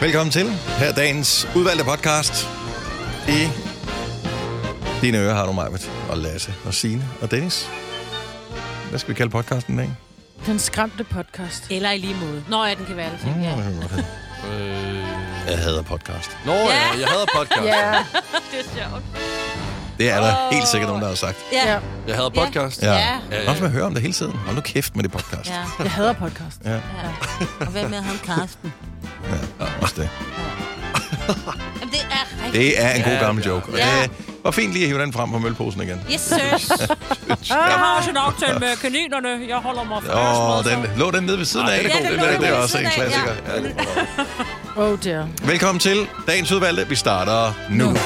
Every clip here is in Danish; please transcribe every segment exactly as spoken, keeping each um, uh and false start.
Velkommen til. Her er dagens udvalgte podcast. I dine ører har du Majbert og Lasse og Signe og Dennis. Hvad skal vi kalde podcasten i dag? Den skræmte podcast. Eller i lige måde. Nå ja, den kan være det. Mm, Ja. øh... Jeg hader podcast. Nå ja, jeg hader podcast. Ja. Det er sjovt. Det er der Oh. helt sikkert nogen, der har sagt. Ja. Jeg hader podcast. Ja. Ja. ja, ja. Også med at høre om det hele tiden. Hold nu kæft med det podcast. Ja. Jeg hader podcast. Ja, Ja. Og hvad med ham, Karsten? ja. Også det. Jamen, det er rigtigt. Det er en god Ja, gammel ja. joke. Og Ja. det var fint lige at hive den frem på mølposen igen. Yes, sir. Jeg har også en aftale med kaninerne. Jeg holder mig for Åh, den, lå den nede ved siden af. Ja, den det, lå det, den det er ved også en siden af, klassiker. Ja. Ja, det er Oh dear. Velkommen til dagens udvalgte. Vi starter nu. Nu.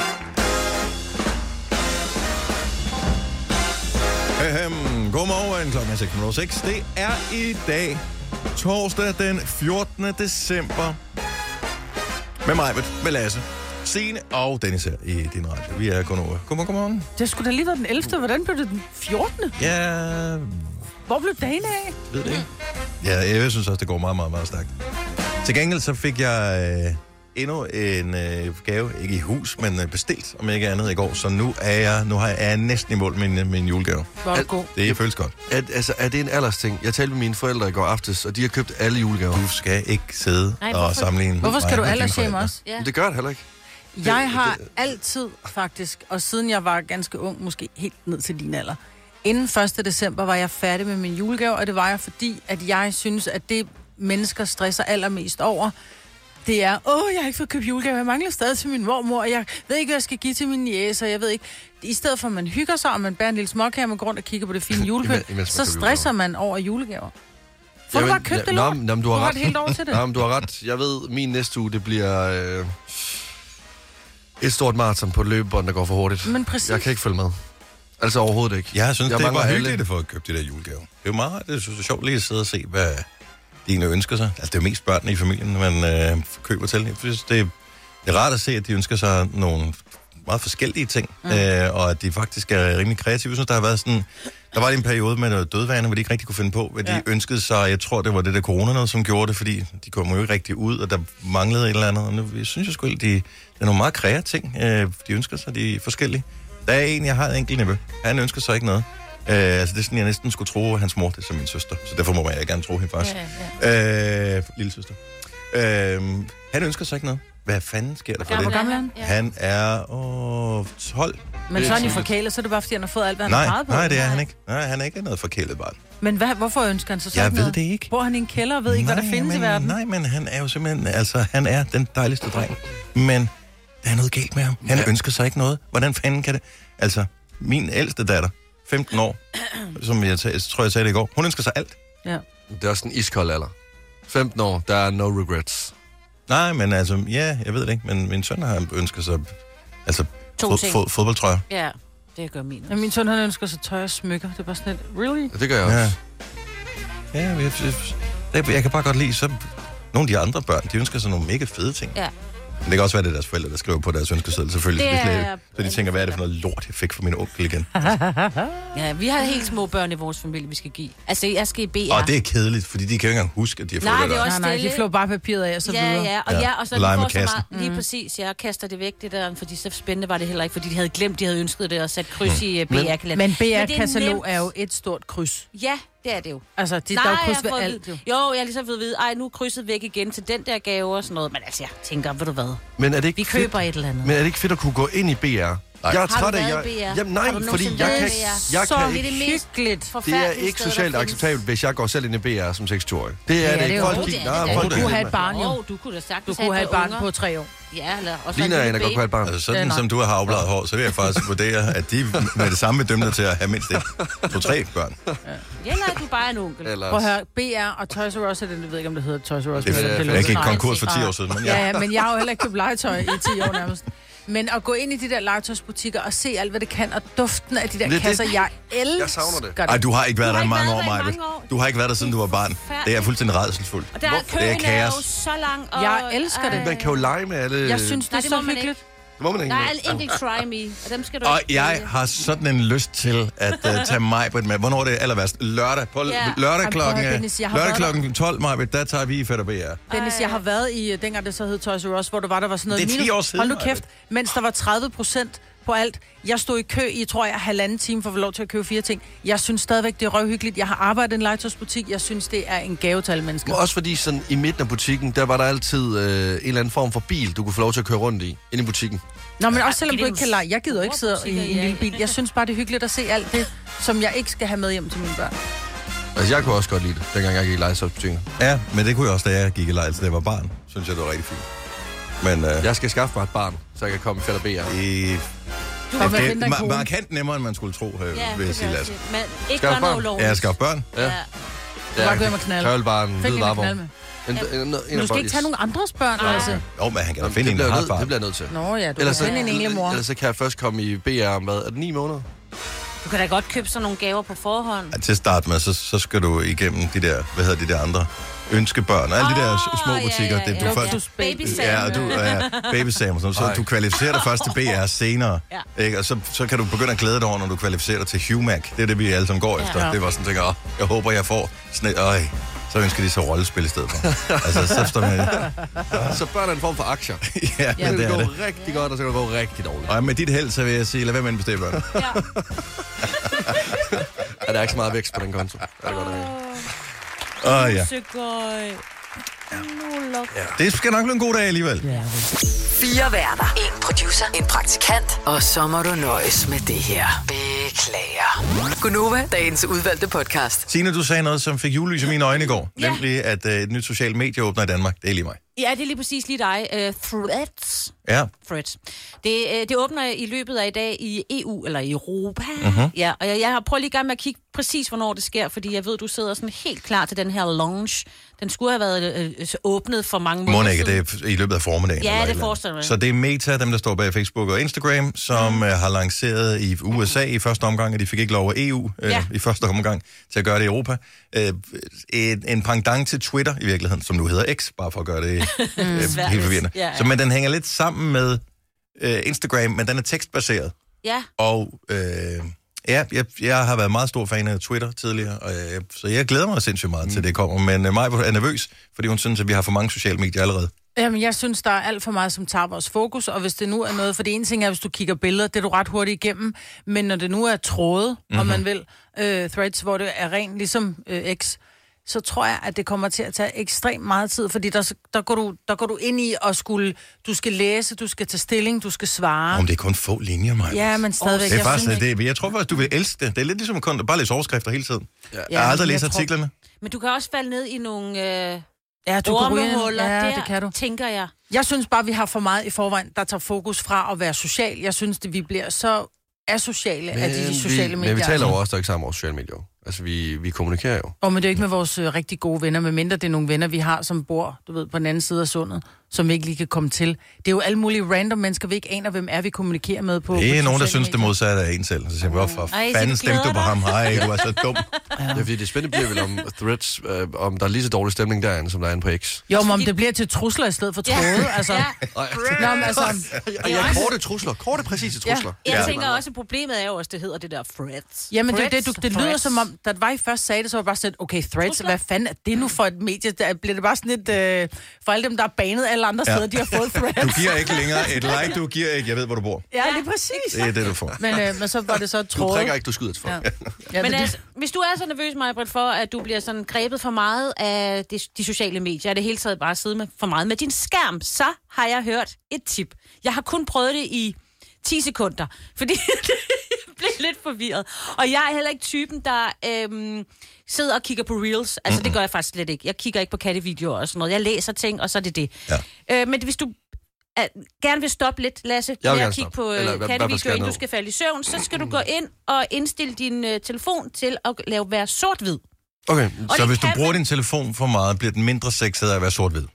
Ahem. Godmorgen, klokken er seks nul seks. Det er i dag, torsdag den fjortende december. Med mig, med Lasse, Signe og Dennis her i din radio. Vi er kun over. Godmorgen, godmorgen. Det skulle da lige være den ellevte. Hvordan blev det den fjortende? Ja, Hvor blev dagen af? ved det ikke. Ja, jeg synes også, det går meget, meget, meget stærkt. Til gengæld så fik jeg øh, endnu en øh, gave, ikke i hus, men øh, bestilt, om ikke andet i går. Så nu er jeg, nu har jeg, er jeg næsten i mål med min, min julegave. Hvor er du god. Det føles godt. Er, altså, er det en aldersting? Jeg talte med mine forældre i går aftes, og de har købt alle julegaver. Du skal ikke sidde Nej, og hvorfor? sammenligne. Hvorfor skal mig du med dine aldersshame forældre. os? Ja. Men det gør det heller ikke. Jeg har altid faktisk, og siden jeg var ganske ung, måske helt ned til din alder, inden første december var jeg færdig med min julegave, og det var jeg fordi, at jeg synes, at det mennesker stresser allermest over, det er, åh, jeg har ikke fået købt julegave, jeg mangler stadig til min mormor, og jeg ved ikke, hvad jeg skal give til min niece, og jeg ved ikke, i stedet for at man hygger sig, og man bærer en lille småkage, og man går rundt og kigger på det fine julepynt, Imens man så køber stresser man over julegaver. Får du Jamen, bare købt det ja, lort? nå, nå, men du Du har har ret. et helt år til det. Nå, men du har ret. Jeg ved, min næste uge, det bliver øh, et stort maraton på et løbebånd, der går for hurtigt. Men præcis. Jeg kan ikke følge med. Altså overhovedet ikke. Jeg synes, jeg det mangler var alle. hyggeligt at få købt de der julegaver. Det er jo meget, det synes jeg er sjovt lige at sidde og se, hvad de egentlig ønsker sig. Altså, det er jo mest børnene i familien, man øh, køber til. Jeg synes, det er, det er rart at se, at de ønsker sig nogle meget forskellige ting, mm. øh, og at de faktisk er rimelig kreative. Jeg synes, der har været sådan... Der var lige en periode med noget dødvande, hvor de ikke rigtig kunne finde på, hvad de Ja. ønskede sig. Jeg tror, det var det der corona noget, som gjorde det, fordi de kom jo ikke rigtig ud, og der manglede et eller andet. Og nu jeg synes jeg sgu, at de, det er nogle meget kreative ting, øh, de ønsker sig, de er forskellige. Der er en, jeg har en enkelt nevø. Han ønsker sig ikke noget. Øh, altså det er sådan, jeg næsten skulle tro, at hans mor, det er som min søster. Så derfor må jeg gerne tro hende faktisk. Ja, ja. Øh, lille søster. Øh, han ønsker sig ikke noget. Hvad fanden sker der for Hvor det? gammel er han? Ja. Han er åh, tolv. Men så er han jo forkælet, så er det bare, fordi han har fået alt, hvad han har Nej, peget på. nej, det er han ikke. Nej, han er ikke noget forkælet barn. Men hvad, hvorfor ønsker han så sådan Jeg ved noget? det ikke. Bor han i en kælder og ved ikke, hvad der findes men, i verden? Nej, men han er jo simpelthen, altså, han er den dejligste dreng. Men der er noget galt med ham. Han ja. ønsker sig ikke noget. Hvordan fanden kan det? Altså, min ældste datter, femten år, som jeg, jeg tror, jeg sagde det i går, hun ønsker sig alt. Ja. Det er også en iskold alder. femten år, der er no regrets. Nej, men altså, ja, jeg ved det ikke, men min søn har ønsket sig, altså, To fod, ting. fod, fodboldtrøjer. Ja, det gør min Ja, også. min søn, han ønsker sig tøj og smykker. Det er bare sådan lidt, really? Ja, det gør jeg også. Ja, ja jeg, jeg, jeg kan bare godt lide, så nogle af de andre børn, de ønsker sig nogle mega fede ting. Ja. Men det kan også være, det er deres forældre, der skriver på deres ønskeseddel, selvfølgelig. Det Så, er- det, så de tænker, hvad er det for noget lort, jeg fik fra min onkel igen? Ja, vi har helt små børn i vores familie, vi skal give. Altså, jeg skal i B R. Og det er kedeligt, fordi de kan jo ikke engang huske, at de har fået Nej, det det er der. også Nej, nej, de stille. flår bare papiret af og så Ja, videre. ja, og Ja, ja, og så og leger de med får så kassen. meget, lige præcis, jeg kaster det væk, det der, fordi så spændende var det heller ikke, fordi de havde glemt, de havde ønsket det og sat kryds i uh, B R-kalenderen. Men B det er R-katalog nemt. er jo et stort kryds. Ja, det er det jo. Altså, de, Nej, der er jo kryds jeg ved har fået alt, at jo. vide- Jo, jeg har ligesom fået at vide, ej, nu er krydset væk igen til den der gave og sådan noget. Men altså, jeg tænker, ved du hvad, Men er det ikke vi fedt, køber et eller andet. men er det ikke fedt at kunne gå ind i B R? Jeg er Har du træt af, været jeg... i B R? Jamen nej, Har du fordi nogensinde jeg været kan, i B R? jeg Så kan det er ikke... det mest hyggeligt. Det er forfærdelige ikke sted, der socialt findes. acceptabelt, hvis jeg går selv ind i B R som seksogtyve-årig. Det er Ja, det det ikke. er Folk jo- kigger... det er Nej, det. folk Du kunne have et barn, jo. Åh, du kunne da Du sagtens kunne have et barn unger. på tre år. Ja, eller også Ligner jeg en, der godt baby. kunne have et barn. Altså sådan Øh, nej. som du har afbladet hår, så vil jeg faktisk vurdere, at de med det samme vil dømme dig til at have mindst et, to-tre børn. Ja, eller at du bare er en onkel. Ellers... Prøv at høre, B R og Toys R Us, er det, jeg ved ikke, om det hedder Toys R Us. Det, men er- det jeg lyder jeg gik sådan. konkurs for ti år siden, men ja. Ja, ja, men jeg har jo heller ikke købt legetøj i ti år nærmest. Men at gå ind i de der legetøjsbutikker og se alt, hvad det kan, og duften af de der Det er det. kasser, jeg elsker Jeg savner det. Ej, du har ikke været Du der har i ikke mange været år, der i Majbet. mange år. Du har ikke været der, siden du var barn. Det er fuldstændig rædselsfuldt. Og der er Det er køen er jo kaos. så lang. Og, Jeg elsker det. Man kan jo lege med alle... Jeg synes, det Nej, er det så må man hyggeligt. Det må man ikke. Der er en enkelt try me, og dem skal du Og ikke jeg vælge. har sådan en lyst til at uh, tage mig på et med. Hvornår er det aller værst? Lørdag. På Ja. lørdag Ej, klokken, prøv at, Dennis, jeg har lørdag været klokken tolv, Majbet, der tager vi i Fætter B R. Dennis, jeg har været i, øh, dengang det så hed Toys R Us, hvor der var, der var sådan noget... Det er ti minus- år siden, Hold nu Maja. kæft, mens der var tredive procent på alt. Jeg stod i kø i, tror jeg, halvanden time for at få lov til at købe fire ting. Jeg synes stadigvæk, det er røvhyggeligt. Jeg har arbejdet i en legetøjsbutik. Jeg synes, det er en gave til alle mennesker. Også fordi sådan, i midten af butikken, der var der altid øh, en eller anden form for bil, du kunne få lov til at køre rundt i, inde i butikken. Nå, men også selvom det du er ikke jo kan lege. Jeg gider ikke sidde i, store i en lille butikker, bil. Jeg synes bare, det er hyggeligt at se alt det, som jeg ikke skal have med hjem til mine børn. Altså, jeg kunne også godt lide det, dengang jeg gik i legetøjsbutikken. Ja, men det kunne jeg også, da jeg gik i lejl, da jeg var barn. Synes jeg, det var rigtig fint. Men uh, Jeg skal skaffe mig et barn, så jeg kan komme i Fætter B R. i, Du ja, kan det finde dig en er kone. markant nemmere, end man skulle tro, øh, Ja, vil jeg det sige, vil jeg Lasse. sige. Men ikke Skal jeg gøre noget børn? ulovligt. Ja, jeg skal have børn. Ja. Ja. Du bare gå hjem og knalde. Kørvelbarn, Fik hvid en at knalde varvogn. med. En, en, en, en, Men du skal ikke tage nogen andres børn, Nej. altså. Jo, men han kan da Jamen, finde det en, der bliver har jeg et nødt- barn. Det bliver jeg nødt til. Nå ja, du Ellers kan så, finde en enlig mor. ellers så kan jeg først komme i B R med, er det ni måneder? Du kan da godt købe sådan nogle gaver på forhånd. Ja, til at starte med, så, så skal du igennem de der, hvad hedder de der andre, ønskebørn, og alle de der Åh, små ja, butikker. ja, Det, du ja. først, Luksus baby. Baby ja, og du ja, baby Sam, så, så Ej. du kvalificerer dig først til B R senere, Ja. ikke? Og så, så kan du begynde at glæde dig over, når du kvalificerer dig til Humac. Det er det, vi alle sammen går efter. Ja. Det var sådan, tænker, åh, jeg håber, jeg får sådan et, øj, så ønsker de så rollespil i stedet for. Altså, så står man, Så børn er en form for aktier. Det ja, Ja, det kan er gå det. rigtig godt, og så kan det gå rigtig dårligt. Og med dit held, så vil jeg sige, lad være med at investere i børn. Ja. Ja, der er ikke så meget vækst på den konto. Ja, det er godt, det er. Åh, ja. Søgøj. Nu luk. Det skal nok blive en god dag alligevel. Fire værter. En producer. En praktikant. Og så må du nøjes med det her. Beklager. Gunova, dagens udvalgte podcast. Signe, du sagde noget, som fik julelys i mine øjne i går. Ja. Nemlig, at uh, et nyt socialt medie åbner i Danmark. Det er lige mig. Ja, det er lige præcis lige dig. Uh, Threads. Ja. Threads. Det, uh, det åbner i løbet af i dag i E U, eller i Europa. Uh-huh. Ja, og jeg, jeg har prøvet lige gang med at kigge præcis, hvornår det sker, fordi jeg ved, du sidder sådan helt klar til den her launch. Den skulle have været øh, åbnet for mange måneder Må ikke, siden. det er i løbet af formiddagen. Ja, eller et det eller andet. forestiller jeg mig. Så det er Meta, dem der står bag Facebook og Instagram, som mm. uh, har lanceret i U S A i første omgang, og de fik ikke lov af E U uh, Ja. i første omgang til at gøre det i Europa. Uh, en, en pendant til Twitter i virkeligheden, som nu hedder X, bare for at gøre det uh, helt forvirrende. Ja, ja. Så, men den hænger lidt sammen med uh, Instagram, men den er tekstbaseret. Ja, Og øh, ja, jeg, jeg har været meget stor fan af Twitter tidligere, og jeg, så jeg glæder mig sindssygt meget mm. til det kommer. Men uh, Maja er nervøs, fordi hun synes, at vi har for mange sociale medier allerede. Jamen, jeg synes, der er alt for meget, som tager vores fokus, og hvis det nu er noget, for det ene ting er, hvis du kigger billeder, det er du ret hurtigt igennem, men når det nu er tråde, mm-hmm. om man vil, øh, threads, hvor det er rent ligesom øh, X, så tror jeg, at det kommer til at tage ekstremt meget tid, fordi der, der, går, du, der går du ind i og skulle, du skal læse, du skal tage stilling, du skal svare. Om det er kun få linjer, Maja. Ja, men stadigvæk. Det er jeg faktisk, synes, det, jeg tror faktisk, du vil elske det. Det er lidt ligesom at kun, bare læse overskrifter hele tiden. Ja. Jeg har Ja, aldrig jeg læst tror- artiklerne. men du kan også falde ned i nogle øh, ja, du kan ryge ind. ormehuller. Ja, Der det kan du. tænker jeg. Jeg synes bare, vi har for meget i forvejen, der tager fokus fra at være social. Jeg synes, det vi bliver så asociale af de sociale vi, medier. Men vi taler jo også der ikke sammen om vores sociale medier. Altså, vi, vi kommunikerer jo. Og men det er jo ikke med vores øh, rigtig gode venner, medmindre det er nogle venner, vi har, som bor, du ved, på den anden side af sundet, som vi ikke lige kan komme til. Det er jo alle mulige random mennesker, vi ikke aner, hvem er, vi kommunikerer med på. Det er på nogen, der sociale synes, det medier. modsatte af en selv. Så siger jeg, hvorfor Ej, så fanden du stemte du glæder på dig? ham? Hej, du er så dum. Ja. Det er fordi, det spændende bliver vel om Threads, øh, om der er lige så dårlig stemning derinde, som der er inde på X. Jo, men om det bliver til trusler i stedet for tråde, altså. Ja. Nå, men altså, Og ja, korte trusler. Korte, præcise trusler. Jeg Ja. tænker også, at problemet er jo også, det hedder det der Threads. jamen det, er det, du, det lyder Threads. som om, da det var, I først sagde det, så var jeg bare sådan, okay, threads, hvad fanden er det nu for et medie? Der bliver det bare sådan et, øh, for alle dem, der er banet alle andre Ja. steder, de har fået threads. Du giver ikke længere et like, du giver ikke, jeg ved, hvor du bor. Ja, lige præcis. Det er det, du får. Men, øh, men så var det så Du tråde. prikker ikke, du skyder til folk. Ja. Ja, Men det, altså, hvis du er så nervøs, Majbrit, for at du bliver sådan grebet for meget af de, de sociale medier, og det hele taget bare sidde med for meget med din skærm, så har jeg hørt et tip. Jeg har kun prøvet det i ti sekunder, fordi jeg blev lidt forvirret. Og jeg er heller ikke typen, der øhm, sidder og kigger på reels. Altså, det gør jeg faktisk slet ikke. Jeg kigger ikke på kattevideoer og sådan noget. Jeg læser ting, og så er det det. Ja. Øh, men hvis du at, gerne vil stoppe lidt, Lasse, Jeg vil med gerne at kigge stoppe. på Eller i øh, hvert fald kattevideoer, skære inden du ned. skal falde i søvn, så skal du gå ind og indstille din øh, telefon til at lave være sort-hvid. Okay. Så det hvis du kan bruger man- din telefon for meget, bliver den mindre sexet af at være sort-hvid.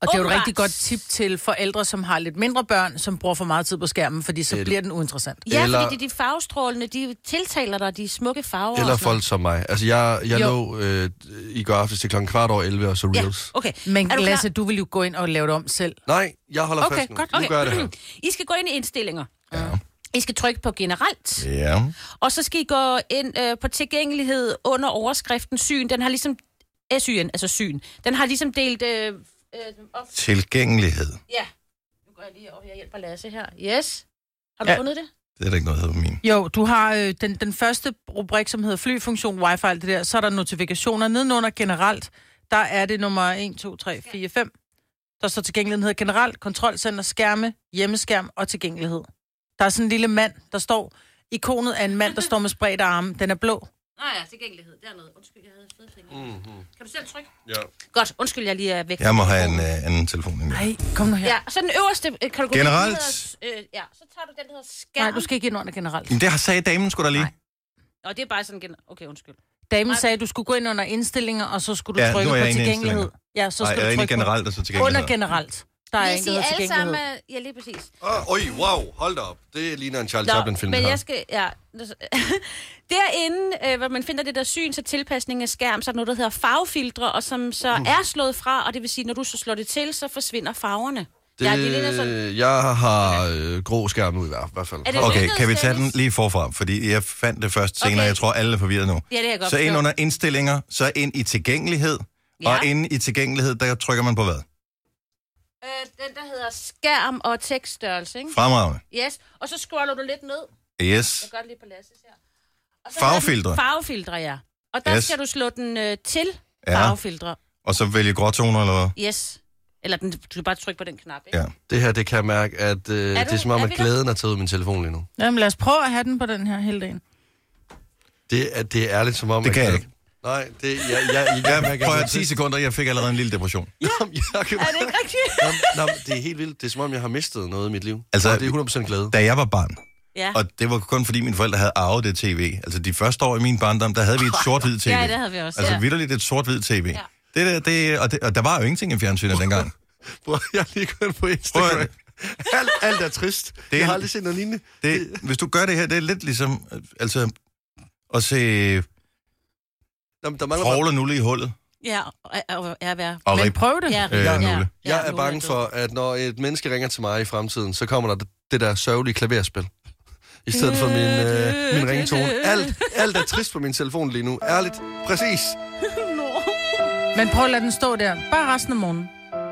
Og det er jo et Åbenbart. rigtig godt tip til forældre, som har lidt mindre børn, som bruger for meget tid på skærmen, fordi så Eller- bliver den uinteressant. Ja, Eller- fordi de, de farvestrålende, de tiltaler dig, de smukke farver. Eller og sådan noget. folk som mig. Altså, jeg, jeg Jo. lå øh, i går aftes til klokken kvart over elleve og så Ja, Reels. okay. Men Er du Lasse, du vil jo gå ind og lave det om selv. Nej, jeg holder Okay, fast nu. godt. Nu Okay. gør jeg det her. I skal gå ind i indstillinger. Ja. I skal trykke på generelt, Ja. og så skal I gå ind øh, på tilgængelighed under overskriften syn. Den har ligesom, S Y N, altså syn, den har ligesom delt øh, øh, op. Tilgængelighed. Ja, nu går jeg lige over, jeg hjælper Lasse her. Yes. Har du Ja. fundet det? Det er der ikke noget, der hedder på min. Jo, du har øh, den, den første rubrik, som hedder flyfunktion, wifi, alt det der. Så er der notifikationer. Nedenunder generelt, der er det nummer et, to, tre, fire, fem. Der står tilgængelighed hedder generelt, kontrolcenter, skærme, hjemmeskærm og tilgængelighed. Der er sådan en lille mand, der står... Ikonet af en mand, der står med spredte arme. Den er blå. Nej, ja, tilgængelighed. Der er noget. Undskyld, jeg havde fede ting. Mm-hmm. Kan du selv trykke? Ja. Godt, undskyld, jeg lige er væk. Jeg må have en uh, anden telefon end Nej, kom nu her. Ja, så den øverste, øh, kan du gå Generelt. ind, den hedder, øh, ja, så tager du den, der hedder skærm. Nej, du skal ikke ind under generelt. Men det har sagt damen sgu da lige. Nej. Og det er bare sådan, gen... okay, undskyld. Damen sagde, at du skulle gå ind under indstillinger, og så skulle du Ja, trykke nu er på jeg inde i tilgængelighed. Ja, så Nej, skal jeg er du inde i trykke generelt, og så på tilgængelighed. under generelt. Der er Hvis en, I der hedder alle tilgængelighed. sammen, ja, lige præcis. Oh, oj, wow, hold da op. Det ligner en Charlie Chaplin-film, men det her. jeg skal, ja. Derinde, øh, hvor man finder det der syn til tilpasning af skærm, så er der noget, der hedder farvefiltre, og som så Mm. er slået fra, og det vil sige, når du så slår det til, så forsvinder farverne. Det, Ja, det ligner sådan... Jeg har øh, grå skærm ud i hvert hvert fald. Er det Okay, lykkedes, kan vi tage den Dennis? lige forfra? Fordi jeg fandt det først senere. Okay. Jeg tror, alle er forvirret nu. Ja, det er jeg godt Så ind forstå. under indstillinger, så ind i tilgængelighed. Ja. Og inde i tilgængelighed, der trykker man på hvad? Øh, den, der hedder skærm og tekststørrelse, ikke? Fremragende. Yes, og så scroller du lidt ned. Yes. Jeg gør det lige på Lasses her. Og så Farvefiltre. hedder den Farvefiltre, ja. Og der Yes. skal du slå den øh, til Ja. farvefiltre. Og så vælge gråtoner eller hvad? Yes. Eller den, du kan bare trykke på den knap, ikke? Ja. Det her, det kan jeg mærke, at øh, det er som om, er at vi der? glæden er taget ud af min telefon lige nu. Jamen lad os prøve at have den på den her hele dagen. Det er, det er ærligt som om... Det at kan jeg glæde- ikke. Nej, det... Jeg, jeg, jeg, jeg, Jeg prøver ti sekunder, jeg fik allerede en lille depression. Jamen, jeg kan, Er det ikke rigtigt? Jamen, jamen, det er helt vildt. Det er som om, jeg har mistet noget i mit liv. Altså- Altså, det er hundrede procent glæde. Da jeg var barn, Ja. og det var kun fordi mine forældre havde arvet det tv. Altså de første år i min barndom, der havde vi et sort-hvid tv. Ja, det havde vi også. Altså ja. vitterligt et sort-hvid tv. Ja. Det der, det, og, det, og der var jo ingenting i fjernsynet dengang. Prøv, jeg er lige gået på Instagram. Alt, alt er trist. er- Jeg har aldrig set noget lignende. Det, hvis du gør det her, det er lidt ligesom øh, altså, at se Jamen, der mangler bare... trawler nulle i hullet. Ja, og, og, ja, hvad? Og Men rib. prøv det. Ja, Øh, ja, nulle. ja, Jeg er nulle bange død. for, at når et menneske ringer til mig i fremtiden, så kommer der det, det der sørgelige klaverspil. I stedet for min, øh, min ringetone. Alt, alt er trist på min telefon lige nu. Ærligt. Præcis. Men prøv at lade den stå der. Bare resten af morgenen.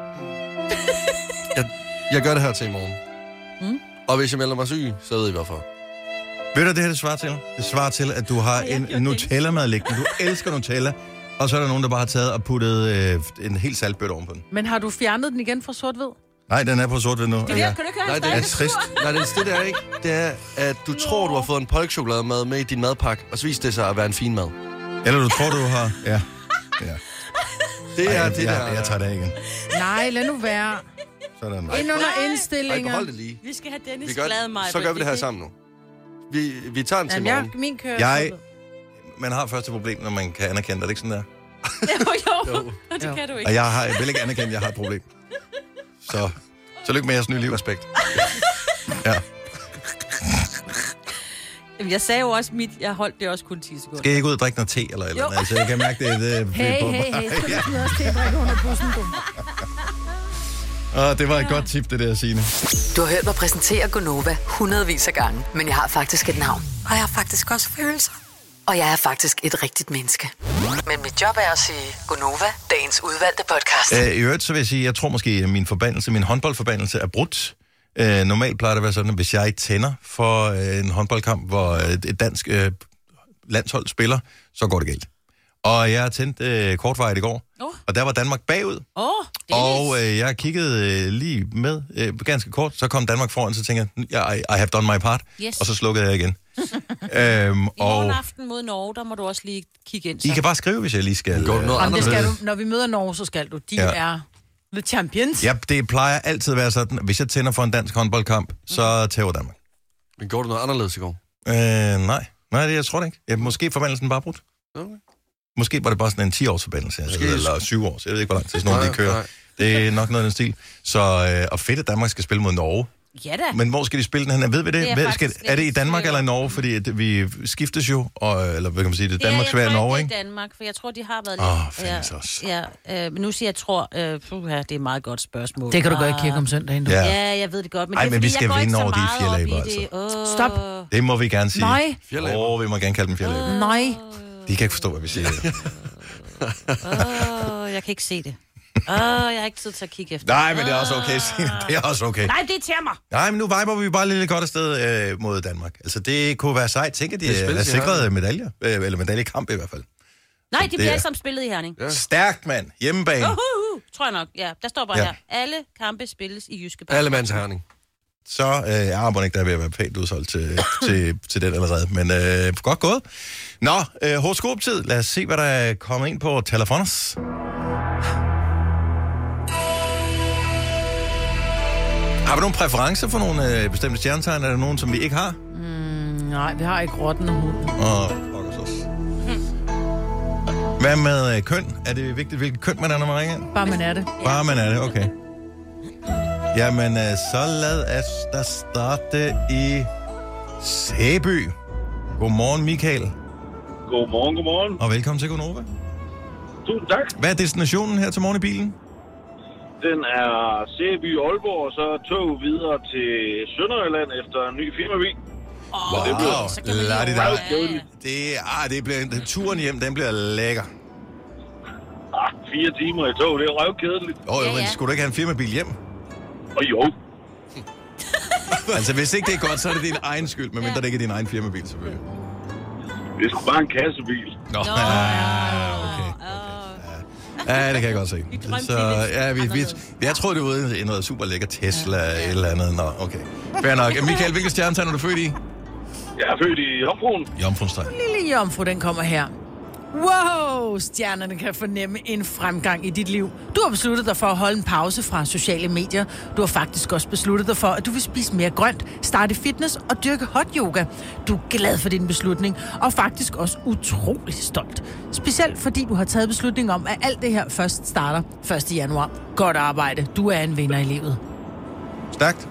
Jeg, jeg gør det her til i morgen. Mm. Og hvis jeg melder mig syg, så ved I hvorfor. Ved du, det her det svarer til? Det svarer til, at du har en Nutella-mad liggende. Du elsker Nutella. Og så er der nogen, der bare har taget og puttet øh, en helt saltbøtte ovenpå den. Men har du fjernet den igen fra sort-hvid? Nej, den er på sort-hvid nu. Det og der, jeg- kan du ikke høre, Nej, han det er stadig trist. sur? Nej, det, det der er ikke. Det er, at du tror, du har fået en pålægtschokolade med i din madpakke, og så viser det sig at være en fin mad. Eller du tror, du har... Ja. ja. Det er Ej, det jeg, der... jeg, jeg tager det af igen. Nej, lad nu være. Sådan. Ind under Ej, indstillinger. behold det lige. Vi skal have Dennis Vi gør, glad, mig. så gør vi det her sammen nu. Vi, vi tager den til Jamen, morgen. jeg, min kører. Jeg... Man har først et problem, når man kan anerkende det. Er det ikke sådan der? jo, jo. Jo. Det kan du ikke. Og jeg, har, jeg vil ikke anerkende, at jeg har et problem. Så, så lykke med jeres nye liv. Respekt. Ja. Jamen, jeg sagde jo også mit, jeg holdt det også kun ti sekunder. Skal jeg ikke ud og drikke noget te eller et eller andet? Altså, jeg kan mærke, det, det, det Hey, på hey, mig. hey. Skal du smide os til at drikke under bussen, du? Og det var et godt tip, det der, Signe. Du har hørt mig præsentere Gonova hundredvis af gange, men jeg har faktisk et navn. Og jeg har faktisk også følelser. Og jeg er faktisk et rigtigt menneske. Men mit job er at sige Gonova, dagens udvalgte podcast. Øh, I øvrigt, så vil jeg sige, jeg tror måske, at min forbandelse, min håndboldforbandelse er brudt. Øh, normalt plejer det at være sådan, at hvis jeg tænder for øh, en håndboldkamp, hvor øh, et dansk øh, landshold spiller, så går det galt. Og jeg tændte øh, kortvarigt i går, Oh. og der var Danmark bagud. Åh, oh, Og øh, jeg kiggede øh, lige med øh, ganske kort, så kom Danmark foran, så tænkte jeg, yeah, I, I have done my part, Yes. og så slukkede jeg igen. øhm, I og morgen aften mod Norge, der må du også lige kigge ind. Så. I kan bare skrive, hvis jeg lige skal... Går du noget Jamen, det skal du. anderledes? Når vi møder Norge, så skal du. De Ja. er the champions. Ja, det plejer altid at være sådan, at hvis jeg tænder for en dansk håndboldkamp, så tæver Danmark. Men går du noget anderledes i går? Øh, nej. Nej, det jeg tror det ikke. Ja, måske forbandelsen bare brudt. Okay. Måske var det bare sådan en ti-års forbindelse, eller syv år, så jeg ved ikke, hvor lang tid sådan nogle de kører. Nej. Det er nok noget af den stil. Så, øh, og fedt, at Danmark skal spille mod Norge. Ja da. Men hvor skal de spille den hen? Ved vi det? Det er Ved, faktisk skal, er det i lidt Danmark tvivl. eller i Norge? Fordi at vi skiftes jo, og, eller hvad kan man sige, det er Det er, Danmark, jeg Sverige og tror, Norge, ikke, ikke? det er Danmark, for jeg tror, de har været lidt... Åh, fandens også. Ja, ja øh, men nu siger jeg, tror... Øh, puha, det er et meget godt spørgsmål. Det kan du gøre i Ah. kirke om søndagen, du. Ja. Ja, jeg ved det godt, men Ej, det er, men fordi, vi skal jeg går vinde ikke så over de meget fjerlæber, op i det. altså. Åh. Stop. Det må vi gerne sige. Nej. Åh, oh, vi må gerne kalde dem fjerlæber. Nej. De kan ikke forstå, hvad vi siger. Åh, jeg kan ikke se det. Åh, jeg har ikke tid til at kigge efter. Nej, men det er også okay, Signe. Det er også okay. Nej, det irriterer mig. Nej, men nu viber vi bare lidt godt afsted øh, mod Danmark. Altså, det kunne være sejt. Tænk, at de Det er er, spil, er de har. sikret medaljer. Øh, eller medaljekamp i hvert fald. Nej, de det bliver er- alle sammen spillet i Herning. Ja. Stærkt, mand. Hjemmebane. Uhuhu, tror jeg nok. Ja, der står bare Ja. her. Alle kampe spilles i Jyske Park. Alle mands herning. Så øh, er Arbonik der ved at være pænt udsolgt til, til, til den allerede. Men øh, godt gået. Nå, øh, horoskoptid. Lad os se, hvad der er kommet ind på telefoners. Har vi nogle præferencer for nogle øh, bestemte stjernetegn? Er der nogen, som vi ikke har? Nej, vi har ikke rotten og hunden. Åh, pokkers os. Hvad med øh, køn? Er det vigtigt, hvilket køn man er, når man ringer ind? Bare man er det. Bare man er det, okay. Jamen, øh, så lad os da starte i Sæby. Godmorgen, Michael, Godmorgen, godmorgen. og velkommen til Gonova. Tusind tak. Hvad er destinationen her til morgen i bilen? Den er Sæby Aalborg, og så tog videre til Sønderjylland efter en ny firmabil. Åh, det bliver- så kan man lige lad det over- der. Ja, ja. Det, ah, det bliver, den, turen hjem, den bliver lækker. Ah, fire timer i tog, det er røvkedeligt. Åh, oh, Ja, ja, men ja. skulle du ikke have en firmabil hjem? Og jo, Altså, hvis ikke det er godt, så er det din egen skyld, medmindre det ikke er din egen firmabil, selvfølgelig. det er sgu bare en kassebil. Nå, Nå, ja, ja. okay. Åh. Ja, det kan jeg godt se. Vi drømte Så, lidt ja, vi, vi, anderledes. jeg tror, det er ude i noget super lækker Tesla ja. et eller andet. Nå, okay. Fair nok. Michael, hvilke stjernetegn er du født i? Jeg er født i Jomfruen. Jomfrunstein. Lille jomfru, den kommer her. Wow, stjernerne kan fornemme en fremgang i dit liv. Du har besluttet dig for at holde en pause fra sociale medier. Du har faktisk også besluttet dig for, at du vil spise mere grønt, starte fitness og dyrke hot yoga. Du er glad for din beslutning, og faktisk også utrolig stolt. Specielt fordi du har taget beslutning om, at alt det her først starter første januar. Godt arbejde. Du er en vinder i livet. Stærkt.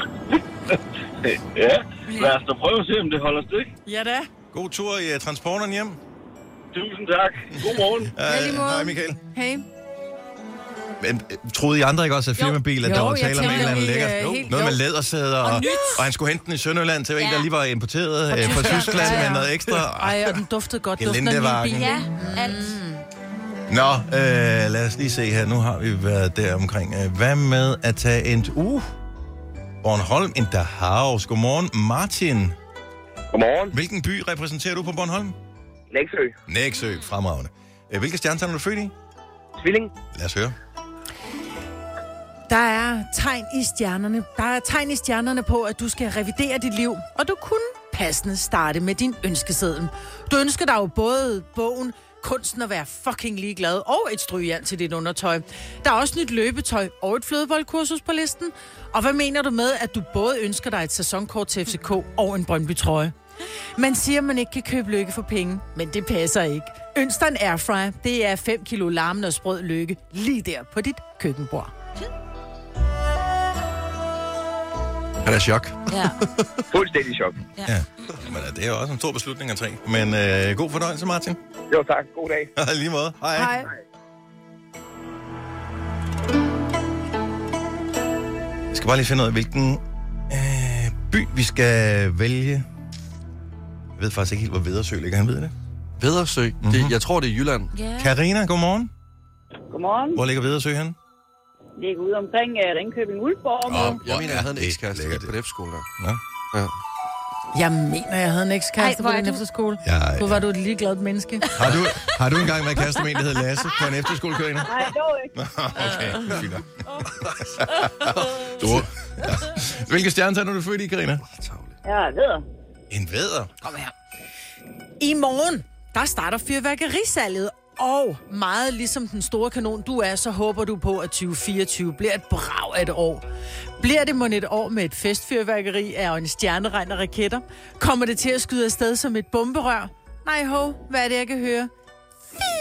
Ja, lad os da prøve at se, om det holder stik. Ja da. God tur i uh, transporteren hjem. Tusind tak. Godmorgen. Ja, lige Uh, måde. hej, Michael. Hey. Men øh, troede I andre ikke også, at firmabil, at Jo, der var jeg tale om en tænker, eller anden vi, lækkert? øh, helt- Noget med jo. lædersæder, og, og, og han skulle hente den i Sønderjylland til en, Ja. der lige var importeret øh, fra Tyskland med noget ekstra. Ej, og den duftede godt. Duften af en ny Gelindewagen. bil. Ja, alt. Nå, øh, lad os lige se her. Nu har vi været der omkring. Øh, Hvad med at tage en... Uh, Bornholm in the house. Godmorgen, Martin. Godmorgen. Hvilken by repræsenterer du på Bornholm? Nexø. Nexø, fremragende. Øh, Hvilke stjernetegn er du født i? Tvilling. Lad os høre. Der er tegn i stjernerne. Der er tegn i stjernerne på, at du skal revidere dit liv, og du kunne passende starte med din ønskeseddel. Du ønsker dig jo både bogen, kunsten at være fucking ligeglad og et strygjern til dit undertøj. Der er også nyt løbetøj og et flødeboldkursus på listen. Og hvad mener du med, at du både ønsker dig et sæsonkort til F C K og en Brøndby-trøje? Man siger, man ikke kan købe lykke for penge, men det passer ikke. Ønsk dig en airfryer. Det er fem kilo larmende og sprød lykke lige der på dit køkkenbord. Han er i chok. Ja. Fuldstændig chok. Ja. Men øh, det er jo også en stor beslutning at tage. Men øh, god fornøjelse, Martin. Jo, tak. God dag. Lige måde. Hej. Hej. Jeg skal bare lige finde ud af, hvilken øh, by vi skal vælge. Jeg ved faktisk ikke helt, hvor Vedersø ligger. Han ved det. Vedersø. Mm-hmm. Det, jeg tror, det er Jylland. Ja. Karina, godmorgen. Godmorgen. Hvor ligger Vedersø henne? Ligger ude omkring uh, Ringkøbing Ulfborg. Åh, Oh. Jeg mener, jeg havde en det er ekskæreste lækkert, på det. det F-skole der. Nå. Ja. Jeg mener, jeg havde en ekskæreste Ej, på hvor er din du- efterskole. Ja, Du ja. var du et ligeglad menneske. Har du, har du engang været kæreste med en, der hedder Lasse på en efterskole, Karina? Nej, dog ikke. Okay, fint nok. Du, ja. Hvilke stjernetegn er du født i, Karina? Jeg ved. En vædder. Kom her. I morgen, der starter fyrværkerisalget. Og meget ligesom den store kanon du er, så håber du på, at tyve fireogtyve bliver et brag af et år. Bliver det mon et år med et festfyrværkeri af en stjerneregn af raketter? Kommer det til at skyde afsted som et bomberør? Nej ho, hvad er det, jeg kan høre?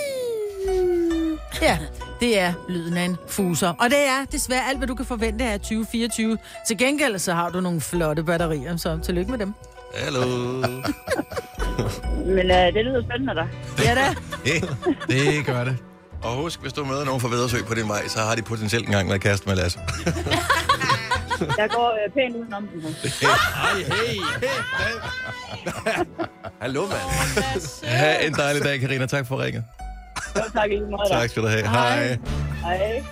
Ja, det er lyden af en fuser. Og det er desværre alt, hvad du kan forvente af tyve fireogtyve. Til gengæld så har du nogle flotte batterier, så tillykke med dem. Hallo. Men øh, det lyder spændende, da. Ja da. Det gør det. Og husk, hvis du møder nogen fra Vedersø på din vej, så har de potentielt en gang været kæreste med Lasse. Jeg går øh, pænt udenom den her. Ej, hey, hey. Hallo, mand. Ha' en dejlig dag, Karina. Tak for ringet. Jo, tak i lige måde. Tak skal du have. Hej. Hej.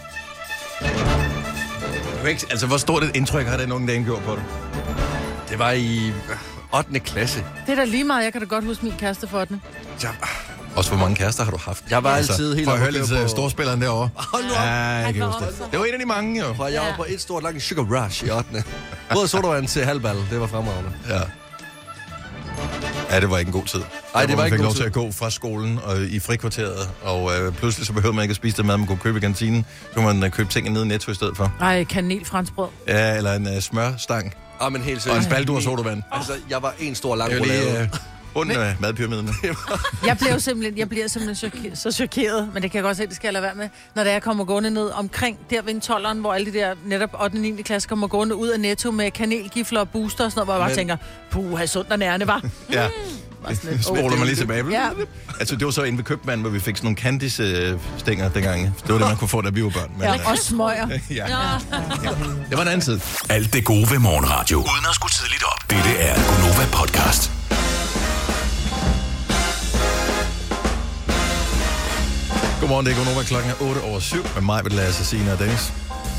Altså, hvor stort et indtryk har det nogle dage gjort på dig? Det var i ottende klasse. Det er da lige meget. Jeg kan da godt huske min kæreste for den. Jeg, Også hvor mange kærester har du haft? jeg var altid helt For at høre oppe lidt på- uh, storspilleren derovre. Hold nu op. Ja, jeg kan huske det. Det var en af de mange, jo. For jeg var på et stort langt sugar rush i ottende Både sodavand til halvball. Det var fremragende. Ja. Ja, det var ikke en god tid. Nej, det var ikke en en god god tid. Man fik lov til at gå fra skolen og i frikvarteret, og øh, pludselig så behøvede man ikke at spise det mad, man kunne købe i kantinen. Så kunne man øh, købe ting nede i Netto i stedet for. Ej, kanelfranskbrød. Ja, eller en øh, smørstang. Ah, men helt Og seriøst. en spaldur sodavand. Altså, jeg var en stor lang Det var roulade. lige øh, bunden af madpyramiden. Jeg blev simpelthen, jeg bliver simpelthen choke- så chokeret, men det kan jeg godt se, det skal jeg lade være med, når der jeg kommer gående ned omkring der ved en tolderen, hvor alle de der netop ottende og niende klasse kommer gående ud af Netto med kanelgifler og booster og sådan noget, hvor jeg bare Men- tænker, puh, sundt og nærende, var. Ja. sådan lidt, Spoler man lige tilbage. Ja. Altså, det var så inde ved købmanden, hvor vi fik sådan nogle Candice-stænger dengang. Det var det, man kunne få, da vi var børn. Men, Ja, øh, og smøger. ja. Det var en anden tid. Alt det gode ved morgenradio, uden at skulle tidligt op. Dette er Gunova Podcast. Godmorgen, det er Gunova. Klokken er otte over syv med mig, Lasse, Signe og Dennis.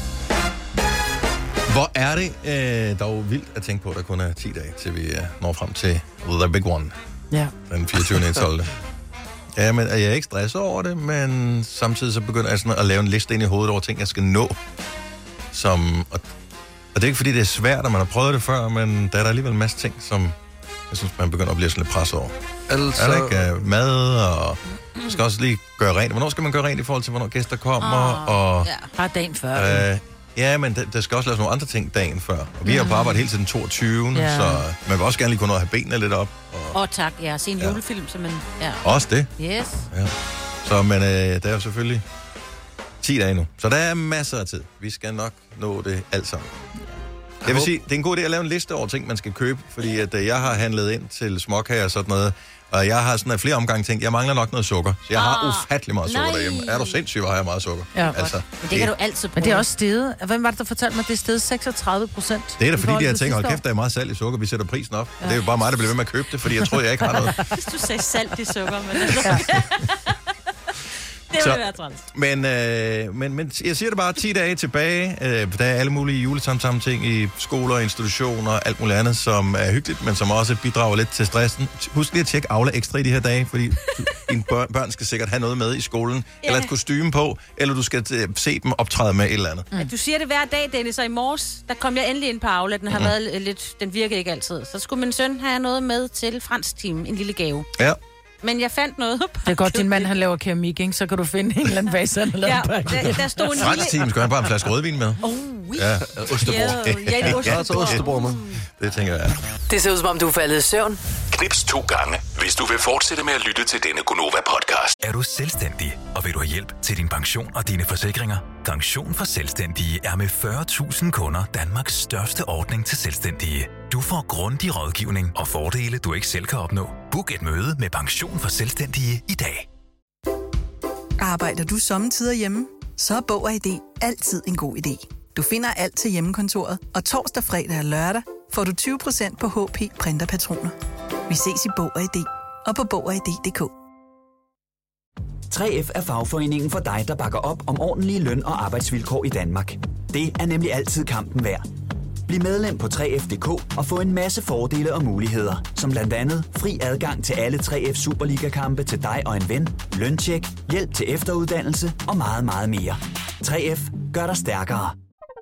Hvor er det øh, dog vildt at tænke på, at der kun er ti dage, til vi øh, når frem til The Big One, Ja. den fireogtyvende tolvte Ja, men jeg er ikke stresset over det, men samtidig så begynder jeg sådan at lave en liste ind i hovedet over ting, jeg skal nå. Som, og, og det er ikke fordi, det er svært, at man har prøvet det før, men der er der alligevel en masse ting, som jeg synes, man begynder at blive sådan lidt presset over. Altså, Er der ikke uh, mad, og man skal også lige gøre rent. Hvornår skal man gøre rent i forhold til, hvornår gæster kommer? Åh, og, ja. Bare dagen før. øh, ja, men der, der skal også laves nogle andre ting dagen før. Og vi har på arbejde hele tiden toogtyvende Ja. så man vil også gerne lige kunne nå at have benene lidt op. Og Åh, oh, tak. Ja, se en Ja. julefilm, som en... Ja. også det. Yes. Ja. Så, men øh, der er jo selvfølgelig ti dage nu. Så der er masser af tid. Vi skal nok nå det alt sammen. Jeg vil sige, det er en god idé at lave en liste over ting, man skal købe, fordi at, øh, jeg har handlet ind til småkager og sådan noget, og jeg har sådan af flere omgange tænkt, jeg mangler nok noget sukker. Så jeg har Ah, ufattelig meget sukker nej. derhjemme. Er du sindssyg, hvor har jeg meget sukker? Ja. altså, Men det kan du altid bruge. Men det er også steget. Hvem var det, der fortalte mig, at det er steget seksogtredive procent? det er da fordi, jeg tænker, hold kæft, der er meget salg i sukker, vi sætter prisen op. Ja. Det er jo bare mig, der bliver ved med at købe det, fordi jeg tror, jeg ikke har noget. Hvis du sagde salt i sukker, men altså... Det Så- ville være træls. Men, øh, men, men jeg siger det bare, ti dage tilbage. Øh, der er alle mulige julesamsamme ting i skoler, institutioner og alt muligt andet, som er hyggeligt, men som også bidrager lidt til stressen. Husk lige at tjekke Aula Ekstra i de her dage, fordi dine børn, børn skal sikkert have noget med i skolen, Ja. eller et kostume på, eller du skal øh, se dem optræde med et eller andet. Mm. Du siger det hver dag, Dennis, og i morges, der kom jeg endelig ind på Aula. Den har Mhm. mm. været øh, lidt... Den virkede ikke altid. Så skulle min søn have noget med til fransk team, en lille gave. Ja. Men jeg fandt noget. Det er godt, din mand han laver keramik, ikke? Så kan du finde en eller anden vase, han har lavet Ja, pakke. der, der stod en lille... Fransk team skal have bare en flaske rødvin med. Oh, oui. Ja, Østerbro. Ja, ja, det er Ja, så Osterborg. Osterborg med. Det tænker jeg. Det ser ud som om, du er faldet i søvn. Knips to gange, hvis du vil fortsætte med at lytte til denne Gunova Podcast. Er du selvstændig, og vil du have hjælp til din pension og dine forsikringer? Pension for Selvstændige er med fyrre tusind kunder Danmarks største ordning til selvstændige. Du får grundig rådgivning og fordele, du ikke selv kan opnå. Book et møde med Pension for Selvstændige i dag. Arbejder du sommetider hjemme? Så er Bog og I D altid en god idé. Du finder alt til hjemmekontoret, og torsdag, fredag og lørdag får du tyve procent på H P printerpatroner. Vi ses i Bog og I D og på Bog og I D punktum D K. tre F er fagforeningen for dig, der bakker op om ordentlige løn- og arbejdsvilkår i Danmark. Det er nemlig altid kampen værd. Bliv medlem på tre F punktum D K og få en masse fordele og muligheder, som blandt andet fri adgang til alle tre F Superliga-kampe til dig og en ven, løntjek, hjælp til efteruddannelse og meget, meget mere. tre F gør dig stærkere.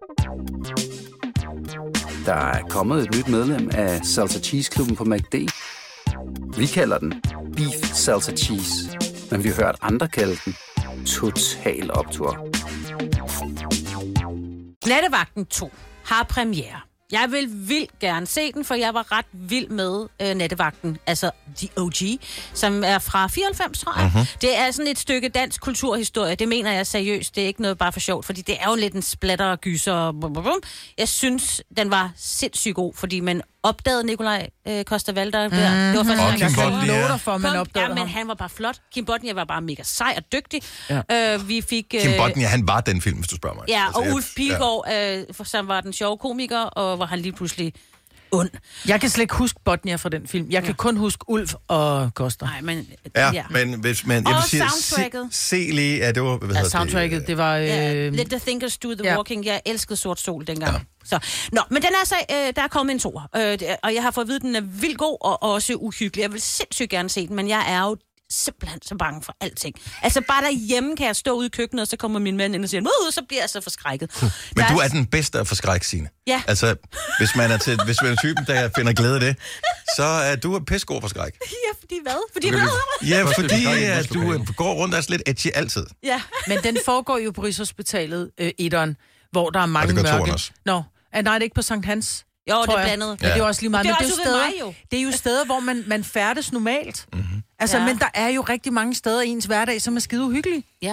Der er kommet et nyt medlem af Salsa Cheese Klubben på McD. Vi kalder den Beef Salsa Cheese, men vi har hørt andre kalde den Total Optur. Nattevagten to har premiere. Jeg vil vildt gerne se den, for jeg var ret vild med øh, Nattevagten, altså The O G, som er fra fireoghalvfems, tror jeg. Uh-huh. Det er sådan et stykke dansk kulturhistorie, det mener jeg seriøst, det er ikke noget bare for sjovt, fordi det er jo lidt en splatter og gyser. Bum, bum, bum. Jeg synes, den var sindssygt god, fordi man opdagede Nikolaj øh, Coster-Waldau der. Mm-hmm. Det var første gang, jeg så kan love dig for, at man opdagede ja, men ham. han var bare flot. Kim Bodnia var bare mega sej og dygtig. Ja. Øh, vi fik... Øh, Kim Bodnia, han var den film, hvis du spørger mig. Ja, altså, og jeg, Ulf Pilgaard, ja. øh, som var den sjove komiker, og hvor han lige pludselig ond. Jeg kan slet ikke huske Bodnia fra den film. Jeg kan ja. kun huske Ulf og Koster. Nej, men... Ja, ja. men hvis man... Jeg og vil sige, soundtracket. Se, se lige... Ja, det var... Hvad ja, soundtracket, det, det var... Øh... Ja, Let the Thinkers Do the ja. Walking. Jeg elskede Sort Sol dengang. Ja. Så, nå, men den er så, øh, der er kommet en toer, øh, og jeg har fået at vide, at den er vildt god og også uhyggelig. Jeg vil sindssygt gerne se den, men jeg er jo simpelthen så bange for alting. Altså bare derhjemme kan jeg stå ude i køkkenet, og så kommer min mand ind og siger, uh, så bliver jeg så forskrækket. Men der du er den bedste at forskrække, Signe. Ja. Altså, hvis man er, til, hvis man er typen, der finder glæde i det, så er du pissegod for skræk. Ja, fordi hvad? Fordi hvad? Ja, fordi at du går rundt og er lidt edgy altid. Ja, men den foregår jo på Rigshospitalet, øh, etteren, hvor der er mange mørke. Og det gør også. Nå, er, nej, det er ikke på Sankt Hans. Jo, det er blandet. Ja. Men det er også lige meget. Det er, men det er, jo steder, mig, jo. det er jo steder, hvor man, man færdes normalt. Mm-hmm. Altså, ja. men der er jo rigtig mange steder i ens hverdag, som er skide uhyggelige. Ja.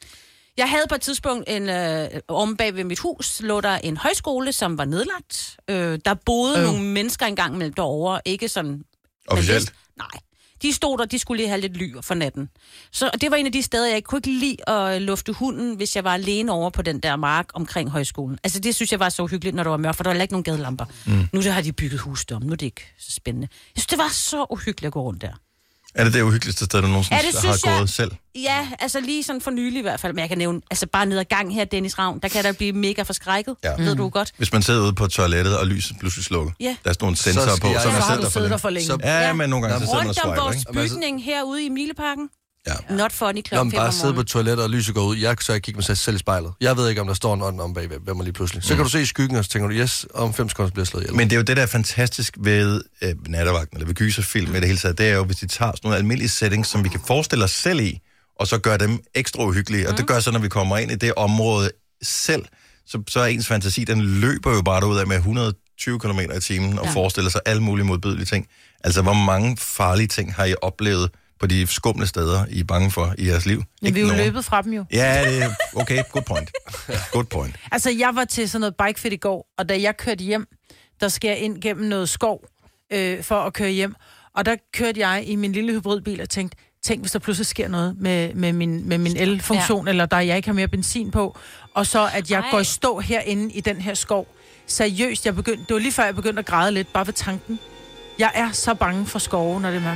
Jeg havde på et tidspunkt en øh, om bag ved mit hus, lå der en højskole, som var nedlagt. Øh, der boede øh. nogle mennesker engang mellem derovre, ikke sådan... Officielt? Nej. De stod der, de skulle lige have lidt ly for natten. Så og det var en af de steder, jeg ikke kunne ikke lide at lufte hunden, hvis jeg var alene over på den der mark omkring højskolen. Altså det synes jeg var så uhyggeligt, når der var mørkt, for der var ikke nogen gadelamper. Mm. Nu der har de bygget hus om, nu er det ikke så spændende. Jeg synes, det var så uhyggeligt at gå rundt der. Er det det uhyggeligste sted, du nogensinde ja, har gået jeg, selv? Ja, altså lige sådan for nylig i hvert fald. Men jeg kan nævne, altså bare ned ad gang her, Dennis Ravn, der kan der blive mega forskrækket, ja. Ved mm. du godt. Hvis man sidder ude på toilettet, og lyset pludselig slukker, ja. der er sådan nogle sensorer på, så, så man sidder, sidder der for længe. Så, ja, ja, men nogle gange så sidder man og swiper, swiper, ikke? Rundt om vores bygning herude i Mileparken. Ja. Not funny klokken fem om morgenen. Bare sidde på toilettet, og lyset går ud. Jeg så jeg kigge mig selv i spejlet. Jeg ved ikke, om der står en ånd om bagved, hvem man lige pludselig. Så mm. kan du se i skyggen, og så tænker du, yes, om fem sekunder bliver slået ihjel. Men det er jo det, der er fantastisk ved øh, Nattevagten, eller ved gyserfilm i det hele taget. Det er jo, hvis de tager sådan nogle almindelige settings, som vi kan forestille os selv i, og så gør dem ekstra uhyggelige. Mm. Og det gør så, når vi kommer ind i det område selv, så, så er ens fantasi, den løber jo bare derud af med et hundrede og tyve kilometer i timen, og ja. forestiller sig alle mulige modbydelige ting. Altså, hvor mange farlige ting har I oplevet på de skumle steder, I er bange for i jeres liv? Men vi er jo nogen. løbet fra dem jo. Ja, det er okay. Good point. Good point. Altså, jeg var til sådan noget bikefit i går, og da jeg kørte hjem, der skal jeg ind gennem noget skov øh, for at køre hjem. Og der kørte jeg i min lille hybridbil og tænkte, tænk, hvis der pludselig sker noget med, med min, med min el-funktion, ja. eller der jeg ikke har mere benzin på, og så at jeg Ej. går i stå herinde i den her skov. Seriøst, jeg begyndte, det var lige før jeg begyndte at græde lidt, bare ved tanken. Jeg er så bange for skove, når det er mørkt.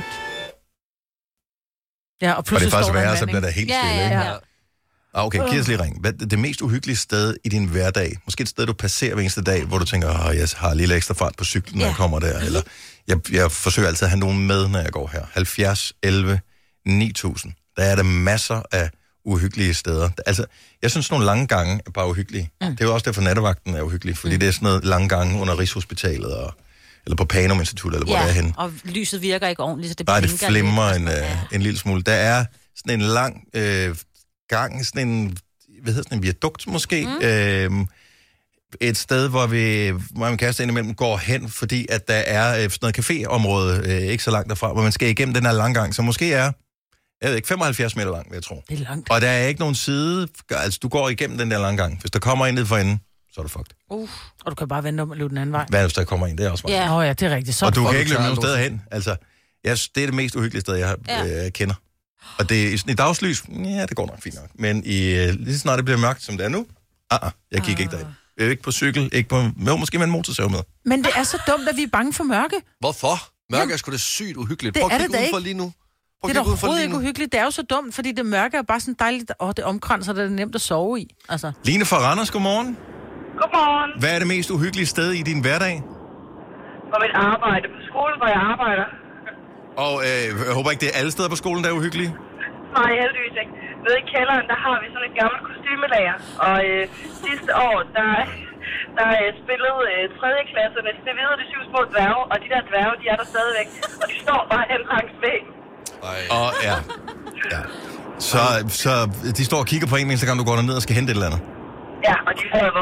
Ja, og pludselig og det er faktisk værre, så bliver der helt ja, stille, ja, ikke? ja. Ah, okay, giv os lige ring. Hvad er det mest uhyggelige sted i din hverdag? Måske et sted, du passerer hver eneste dag, hvor du tænker, åh, jeg har lige lidt ekstra fart på cyklen, når ja. jeg kommer der. Eller jeg, jeg forsøger altid at have nogen med, når jeg går her. halvfjerds elleve ni tusind. Der er der masser af uhyggelige steder. Altså, jeg synes, nogle lange gange er bare uhyggelige. Mm. Det er jo også derfor, Nattevagten er uhyggelig, fordi mm. det er sådan noget lange gange under Rigshospitalet og eller på Panum Institut, eller hvor ja, det er henne. Og lyset virker ikke ordentligt, så det bare blinker det flimrer lidt. En, ja. en lille smule. Der er sådan en lang øh, gang, sådan en, hvad hedder sådan en viadukt måske, mm. øh, et sted, hvor vi, hvor min kæreste indimellem går hen, fordi at der er øh, sådan noget caféområde, øh, ikke så langt derfra, hvor man skal igennem den her lange gang, som måske er, jeg ved ikke, femoghalvfjerds meter lang, vil jeg tro. Det er langt. Og der er ikke nogen side, altså du går igennem den der lange gang. Hvis der kommer en ned for enden, så er du fucked. Uh, og du kan bare vente om at løbe den anden vej. Hvad hvis der kommer en? Det er også meget. Ja, oh, ja det er rigtigt. Så og du kan ikke løbe nogen steder hen. Altså, jeg, det er det mest uhyggelige sted, jeg ja. øh, kender. Og det er i dagslys, ja, det går nok fint nok. Men i, øh, lige snart det bliver mørkt, som det er nu, ah, ah jeg kigger ah. ikke derind. Jeg er ikke på cykel, ikke på, med, måske med en motorsav med. Men det er så dumt, at vi er bange for mørke. Hvorfor? Mørke er sgu da sygt uhyggeligt. Det Prøv at kigge udenfor lige nu. Det er da overhovedet ikke uhyggeligt. Det er jo så dumt, fordi det mørke er bare sådan dejligt, og det omkranser, det er nemt at sove i. Altså. Line fra Randers, godmorgen. Godmorgen. Hvad er det mest uhyggelige sted i din hverdag? På mit arbejde. På skolen, hvor jeg arbejder. Og øh, jeg håber ikke, det er alle steder på skolen, der er uhyggelige? Nej, heldigvis ikke. Nede i kælderen, der har vi sådan et gammelt kostymelager. Og øh, sidste år, der, der øh, spillede øh, tredje klasserne Det Hvide og De Syv Små Dværge. Og de der dværge, de er der stadigvæk. Og de står bare hen langs væggen. Og ja. ja. Så, så de står og kigger på en, mens gang du går derned og skal hente et eller andet? Ja, og de er vokset. De er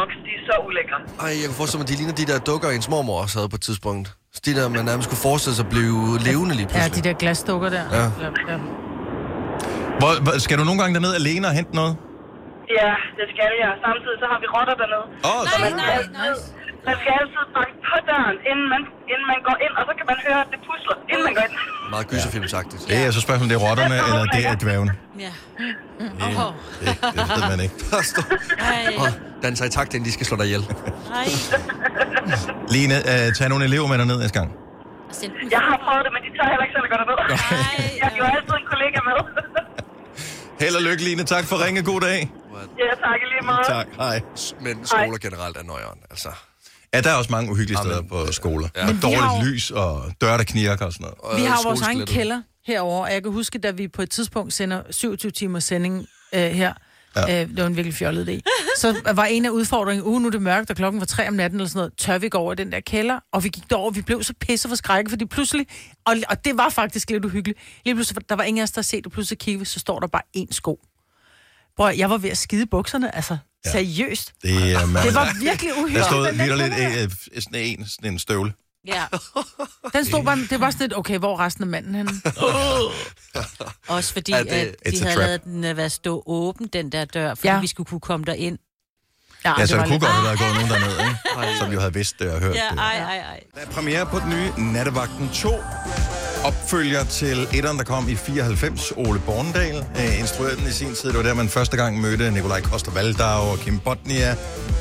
så ulækre. Ej, jeg kan forestille mig, de ligner de der dukker, ens mormor også havde på et tidspunkt. De der, man nærmest skulle forestille sig at blive levende lige pludselig. Ja, de der glasdukker der. Ja. ja. Hvor, hvor, skal du nogle gange derned alene og hente noget? Ja, det skal jeg. Samtidig så har vi rotter dernede. Åh, oh, nej, nej, nej. Man skal altid banke på døren, inden man, inden man går ind, og så kan man høre, at det pusler, inden man går ind. Meget gyserfilmsagtigt. Det er så spørgsmålet, det er rotterne, Det er eller det er ulækkert. dværgen. Ja. Det, det, det ved man ikke. Oh, danser i takt, inden de skal slå dig ihjel. Nej. Line, uh, tag nogle elever med derned næste gang. Jeg har prøvet det, men de tør heller ikke selv at gå derned. Jeg har jo altid en kollega med. Held og lykke, Line. Tak for ringe. God dag. Ja, tak i lige måde. Tak. Hej. Men skoler generelt er nøjeren, altså. Ja, der er også mange uhyggelige steder på skoler. Ja. Men vi Dårligt har jo- lys og døre, der knirker og sådan noget. Vi har vores egen kælder herovre, og jeg kan huske, da vi på et tidspunkt sender syvogtyve timers sending øh, her, ja. øh, det var en virkelig fjollet idé, så var en af udfordringerne, uh, nu er det mørkt, og klokken var tre om natten eller sådan noget, tør vi gå over i den der kælder, og vi gik derover, og vi blev så pisse for skrække, fordi pludselig, og, og det var faktisk lidt uhyggeligt, lige pludselig, der var ingen af os, der set, og pludselig kiggede, så står der bare én sko. Bror, jeg var ved at skide bukserne, altså ja. Seriøst. Det, er, man, det var virkelig uhyggeligt. Der stod vitterligt øh, sådan en, sådan en støvle. Ja. Den stod bare, det var sådan lidt, okay, hvor er resten af manden henne? Også fordi, Er det- at It's de a havde trap. lavet den at være stå åben, den der dør, fordi Ja. vi skulle kunne komme derind. Ja, Ja, så var det kunne lidt- godt have været gået nogen dernede, ikke? Som jo havde vidst det og hørt Ja, det. ej, ej, ej. Der er premiere på den nye Nattevagten to. Opfølger til etteren, der kom i fireoghalvfems. Ole Bornedal øh, instruerede den i sin tid. Det var der, man første gang mødte Nikolaj Coster-Waldau og Kim Bodnia.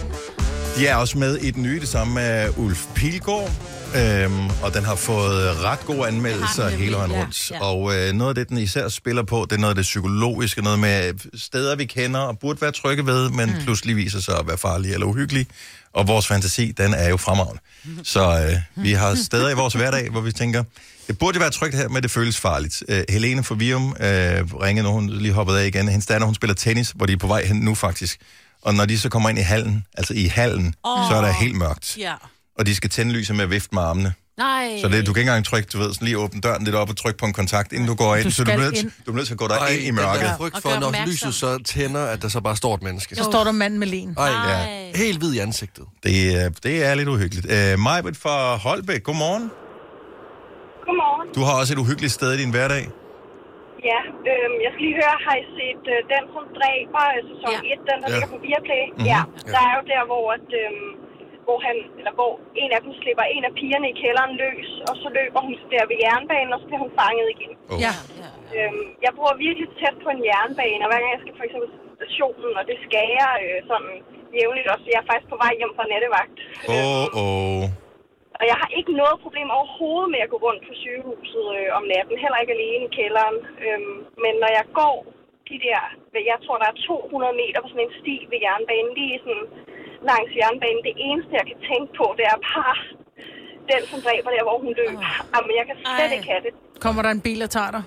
De er også med i den nye, det samme med Ulf Pilgaard. Øhm, og den har fået ret gode anmeldelser hele vejen ja, rundt. ja. Og øh, noget af det, den især spiller på, det er noget af det psykologiske, noget med steder, vi kender og burde være trygge ved, men mm. pludselig viser sig at være farlige eller uhyggelige. Og vores fantasi, den er jo fremragende. Så øh, vi har steder i vores hverdag, hvor vi tænker, det burde være trygt her, men det føles farligt. Øh, Helene fra Virum øh, ringede, når hun lige hoppede af igen. Hendes datter, hun spiller tennis, hvor de er på vej hen nu faktisk. Og når de så kommer ind i hallen, altså i hallen, oh. så er der helt mørkt. Ja. Og de skal tænde lyset med at vifte med armene. Nej. Så det, du kan ikke engang trykke, du ved, sådan lige åbne døren lidt op og trykke på en kontakt, inden du går ind. Du så du skal bliver, nødt, ind. du er nødt til at gå der ind i Den mørket. der frygt for, når lyset så tænder, at der så bare står et menneske. Så står der manden med len. Ej, ja. Helt hvid i ansigtet. Det, er- det er lidt uhyggeligt. Uh, Majbet fra Holbæk, godmorgen. Godmorgen. Du har også et uhyggeligt sted i din hverdag. Ja, øhm, jeg skal lige høre, har I set øh, Den, som dræber, øh, sæson ja. et, den der Ja. ja. ligger på Viaplay? Mhm. Ja, der er jo der, hvor, at, øhm, hvor, han, eller hvor en af dem slipper en af pigerne i kælderen løs, og så løber hun der ved jernbanen, og så bliver hun fanget igen. Oh. Ja. Øhm, jeg bor virkelig tæt på en jernbane, og hver gang jeg skal for eksempel til stationen, og det skærer øh, sådan jævnligt også, jeg er faktisk på vej hjem fra nattevagt. Åh, oh, åh. Oh. Og jeg har ikke noget problem overhovedet med at gå rundt på sygehuset øh, om natten, heller ikke alene i kælderen. Øhm, men når jeg går de der, jeg tror der er to hundrede meter på sådan en sti ved jernbanen, lige sådan langs jernbanen, det eneste jeg kan tænke på, det er bare den, som dræber der, hvor hun løb. Oh. Jamen, jeg kan slet ikke have det. Kommer der en bil og tager dig?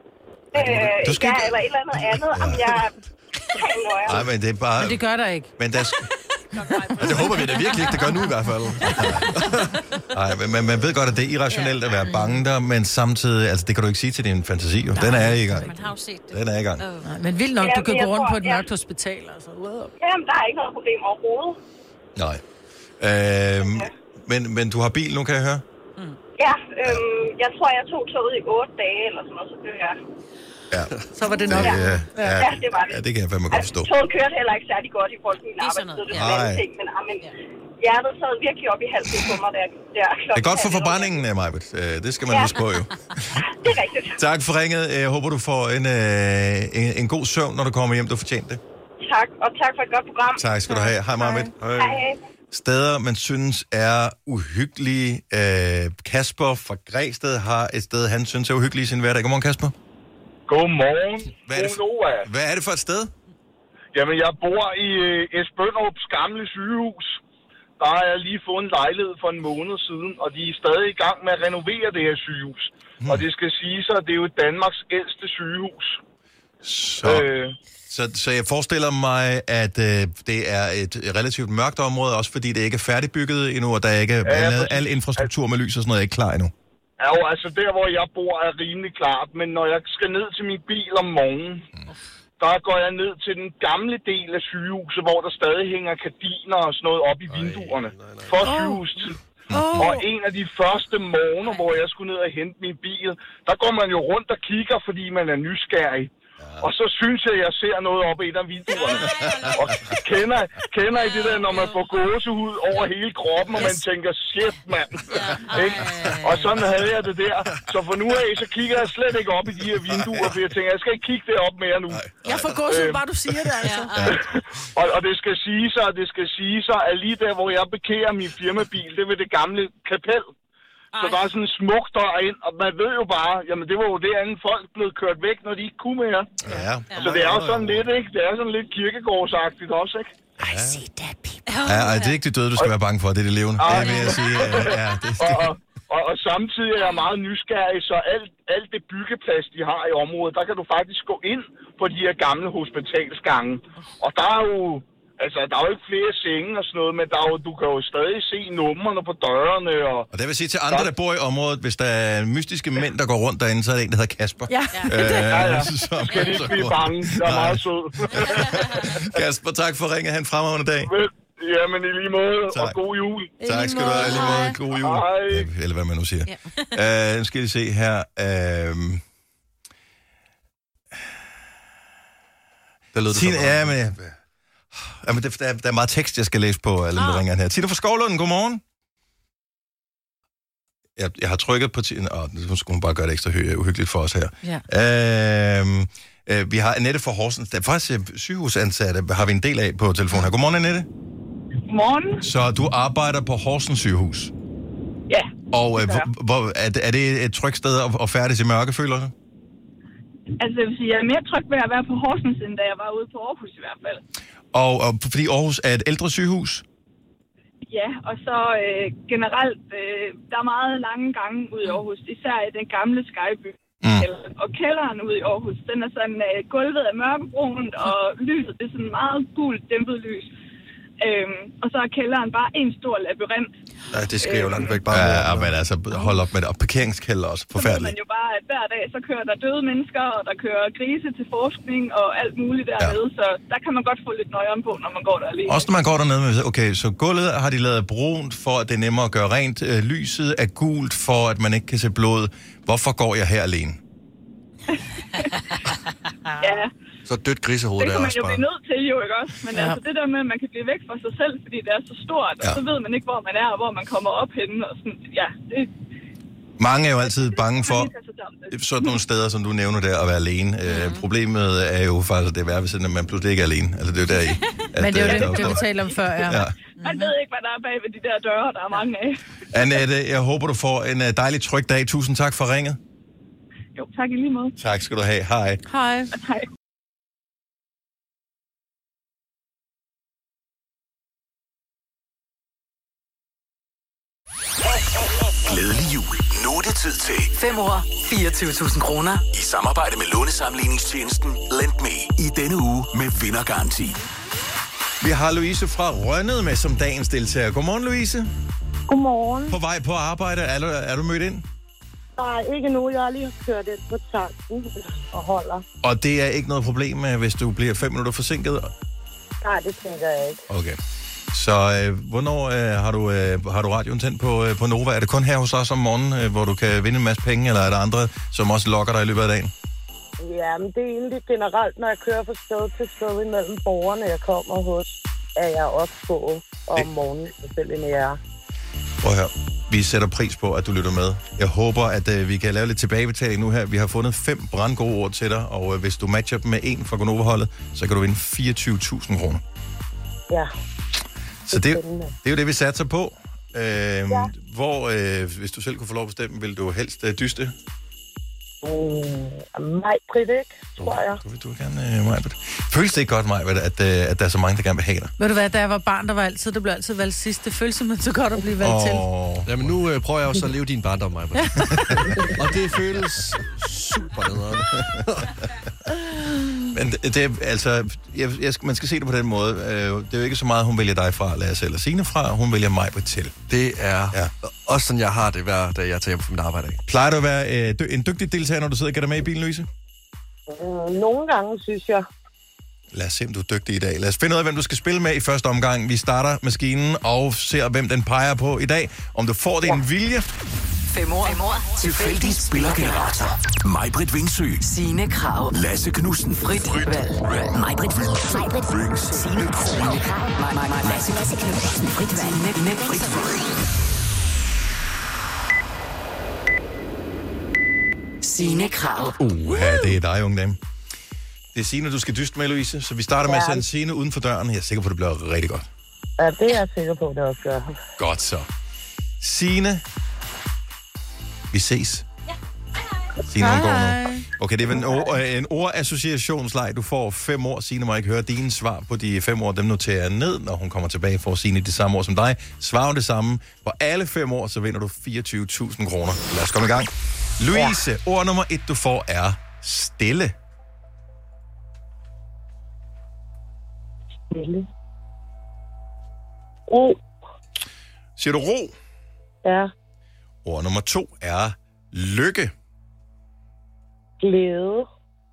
Øh, Du skal ja, ikke- eller et eller andet andet. Ja. Jamen, jeg er helt nøje. Nej, men det er bare... Men det gør der ikke. Men der sk- Og det håber vi da virkelig ikke, det gør nu i hvert fald. Nej, men man, man ved godt, at det er irrationelt at være bange der, men samtidig, altså det kan du ikke sige til din fantasi, jo. Den er i gang. Man har jo set det. Den er i gang. Nej, men vildt nok, Ja, du kan men gå jeg rundt tror- på et ja. mørkt hospital. Altså. Wow. Jamen, der er ikke noget problem overhovedet. Nej. Øhm, men, men du har bil nu, kan jeg høre? Ja, øhm, jeg tror, jeg tog toget i otte dage eller sådan noget, så blev jeg... Ja. Så var det nok. Det, ja, Ja, ja, det var det. ja, det kan jeg fandme godt forstå. Toget kørte heller ikke særlig godt i forhold til min Det er sådan arbejdstid, det noget, er ja. en anden ting, men, ah, men hjertet sad virkelig op i halsen på mig, der, der Det er godt for forbrændingen, Majbet. Det skal man Ja. huske på, jo. Det er rigtigt. Tak for ringet. Jeg håber, du får en, øh, en, en god søvn, når du kommer hjem. Du fortjente det. Tak, og tak for et godt program. Tak skal du have. Hej, Majbet. Hej. Hej. Steder, man synes er uhyggelige. Øh, Kasper fra Græsted har et sted, han synes er uhyggeligt i sin hverdag. Godmorgen, Kasper. Godmorgen. Hvad er det for, Godnova. hvad er det for et sted? Jamen, jeg bor i øh, Esbønderups gamle sygehus. Der har jeg lige fået en lejlighed for en måned siden, og de er stadig i gang med at renovere det her sygehus. Hmm. Og det skal sige sig, at det er jo Danmarks ældste sygehus. Så, øh. så, så jeg forestiller mig, at øh, det er et relativt mørkt område, også fordi det ikke er færdigbygget endnu, og der er ikke Ja, ja, præcis. al infrastruktur med lys og sådan noget er ikke klar endnu. Ja, jo, altså der, hvor jeg bor, er rimelig klart. Men når jeg skal ned til min bil om morgenen, der går jeg ned til den gamle del af sygehuset, hvor der stadig hænger gardiner og sådan noget op i vinduerne. For sygehustid. Oh. Og en af de første morgener, hvor jeg skulle ned og hente min bil, der går man jo rundt og kigger, fordi man er nysgerrig. Ja. Og så synes jeg, at jeg ser noget op i et af vinduerne. Og kender, kender I det der, når man får gåsehud over hele kroppen, og man tænker, shit, mand. Og sådan havde jeg det der. Så for nu af, så kigger jeg slet ikke op i de her vinduer, for jeg tænker, jeg skal ikke kigge derop mere nu. Jeg får gåsehud, bare du siger det, altså. og, og det skal sige sig, det skal sige sig, at lige der, hvor jeg bekerer min firmabil, det ved det gamle kapel. Så der er sådan en smuk dør ind, og man ved jo bare, jamen det var jo derinde folk blev kørt væk, når de ikke kunne mere. Ja. Så det er jo sådan lidt, ikke? Det er sådan lidt kirkegårdsagtigt også, ikke? I see dead people. Ja, og det er ikke det døde, du skal være bange for, det er det levende. Det vil jeg sige. Ja, det, det. Og, og, og samtidig er jeg meget nysgerrig, så alt, alt det byggeplads, de har i området, der kan du faktisk gå ind på de her gamle hospitalsgange. Og der er jo... Altså, der er jo ikke flere senge og sådan noget, men der er jo, du kan jo stadig se numrene på dørene. Og, og det vil sige til andre, der bor i området, hvis der er mystiske mænd, der går rundt derinde, så er det en, der hedder Kasper. Ja, øh, ja. ja. Som, skal de ikke blive bange. Jeg er meget sød. Kasper, tak for ringet. Han fremragende dag. Jamen, i lige måde. Tak. Og god jul. Tak skal du have. I lige måde. God jul. Hej. Eller hvad man nu siger. Ja. uh, nu skal vi se her. Uh, der lød det Tine, ja, men... Jamen, der, der, der er meget tekst, jeg skal læse på, alle ah. ringerne her. Tine fra Skovlunden, godmorgen. Jeg, jeg har trykket på Tine, og nu skulle hun bare gøre det ekstra hø- uhyggeligt for os her. Ja. Øhm, øh, vi har Annette fra Horsens. Der er faktisk sygehusansatte, har vi en del af på telefonen her. Godmorgen, Annette. Godmorgen. Så du arbejder på Horsens sygehus? Ja. Og øh, hvor, hvor, er, det, er det et trygt sted at, at færdes i mørke, føler du? Altså, jeg vil sige, jeg er mere tryg ved at være på Horsens, end da jeg var ude på Aarhus i hvert fald. Og, og fordi Aarhus er et ældre sygehus? Ja, og så øh, generelt, øh, der er meget lange gange ude i Aarhus, især i den gamle Skyby. Mm. Og kælderen ude i Aarhus, den er sådan, øh, gulvet er mørkebrunt, og lyset, det er sådan meget gult, dæmpet lys. Øhm, og så er kælderen bare en stor labyrint. Nej, det skal jo langt væk bare. Ja, ja, men altså, hold op med det. Og parkeringskælder også, forfærdeligt. Så ved man jo bare, at hver dag, så kører der døde mennesker, og der kører grise til forskning, og alt muligt dernede. Ja. Så der kan man godt få lidt nøjeren på, når man går der alene. Også når man går dernede med, okay, så gulvet har de lavet brunt, for at det er nemmere at gøre rent. Lyset er gult, for at man ikke kan se blod. Hvorfor går jeg her alene? Ja. Så dødt grisehoved der også bare. Det kan man jo blive nødt til, jo, ikke også? Men ja. altså det der med, at man kan blive væk fra sig selv, fordi det er så stort, ja. Og så ved man ikke, hvor man er, og hvor man kommer op henne, og sådan, ja, det... Mange er jo altid bange for sådan nogle steder, som du nævner der, at være alene. Mm. Øh, problemet er jo faktisk, at det er værd, hvis man pludselig ikke er alene. Altså det er jo der i. Men det er jo det, det vi taler om før, ja. ja. Man ved ikke, hvad der er bag ved de der døre, der er mange af. Annette, jeg håber, du får en dejlig tryg dag. Tusind tak for ringet. Jo, tak i lige måde. Tak skal du have. Hej. Hej. Hej. Glædelig jul. Nu er det tid til fem år, fireogtyve tusind kroner. I samarbejde med lånesamligningstjenesten LendMe. I denne uge med vindergaranti. Vi har Louise fra Rønnede med som dagens deltager. Godmorgen, Louise. Godmorgen. På vej på arbejde. Er du, er du mødt ind? Nej, ikke nu. Jeg har lige kørt det på tanken og holder. Og det er ikke noget problem, hvis du bliver fem minutter forsinket? Nej, det tænker jeg ikke. Okay. Så øh, hvornår øh, har, du, øh, har du radioen tændt på, øh, på Nova? Er det kun her hos os om morgenen, øh, hvor du kan vinde en masse penge, eller er der andre, som også lokker dig i løbet af dagen? Ja, men det er egentlig generelt, når jeg kører fra sted til sted imellem borgerne, jeg kommer hos, er jeg også på om morgenen, selvfølgelig med jer. Prøv at høre. Vi sætter pris på, at du lytter med. Jeg håber, at øh, vi kan lave lidt tilbagebetaling nu her. Vi har fundet fem brandgode ord til dig, og øh, hvis du matcher dem med en fra Gonova-holdet, så kan du vinde fireogtyve tusind kroner. Ja. Så det, det er jo det, vi satser på. Øh, ja. Hvor, øh, hvis du selv kunne få lov at bestemme, vil du helst øh, dyste? Mm, Maj-Britt, ikke? Tror jeg. Du vil du gerne, øh, Maj-Britt. Føles det ikke godt, Maj-Britt, at, øh, at der er så mange, der gerne vil have dig? Ved du hvad, da jeg var barn, der var altid, der blev altid valgt sidst. Det føles simpelthen så godt at blive valgt oh. til. Jamen nu øh, prøver jeg også at leve din barndom, Maj-Britt. Og det føles super nederen. Men det, det altså, jeg, jeg, man skal se det på den måde. Det er jo ikke så meget, hun vælger dig fra, lad os eller Signe fra, hun vælger mig på til. Det er ja. Også sådan, jeg har det hver dag, jeg tager hjem fra mit arbejde. Plejer du at være øh, en dygtig deltager, når du sidder og gætter med i bilen, Louise? Mm, nogle gange, synes jeg. Lad os se, om du er dygtig i dag. Lad os finde ud af, hvem du skal spille med i første omgang. Vi starter maskinen og ser, hvem den peger på i dag. Om du får din ja. vilje. Fem år. Fem år. Tilfældig spillergenerator. Maj-Brit Vingsø. Signe Krav. Lasse Knudsen. Frit valg. Maj-Brit Vingsø. Signe Krav. Lasse Knudsen. Frit valg. Signe Frit. Signe Krav. Uh, ja, det er dig, unge dame. Det er Signe, du skal dyste med, Louise. Så vi starter med at sende Signe uden for døren. Jeg er sikker på, at det bliver rigtig godt. Ja, det er jeg sikker på, det også gør. Godt så. Signe, vi ses. Ja. Signe, hun går nu. Okay, det er en, ord, en ordassociationsleg. Du får fem ord. Signe må ikke høre dine svar på de fem ord. Dem noterer jeg ned, når hun kommer tilbage for Signe de samme ord som dig. Svarer hun det samme på alle fem ord, så vinder du fireogtyve tusind kroner. Lad os komme i gang. Louise, ja. Ord nummer et, du får, er stille. Stille. Ro. Siger du ro? Ja. Ord nummer to er lykke. Glæde.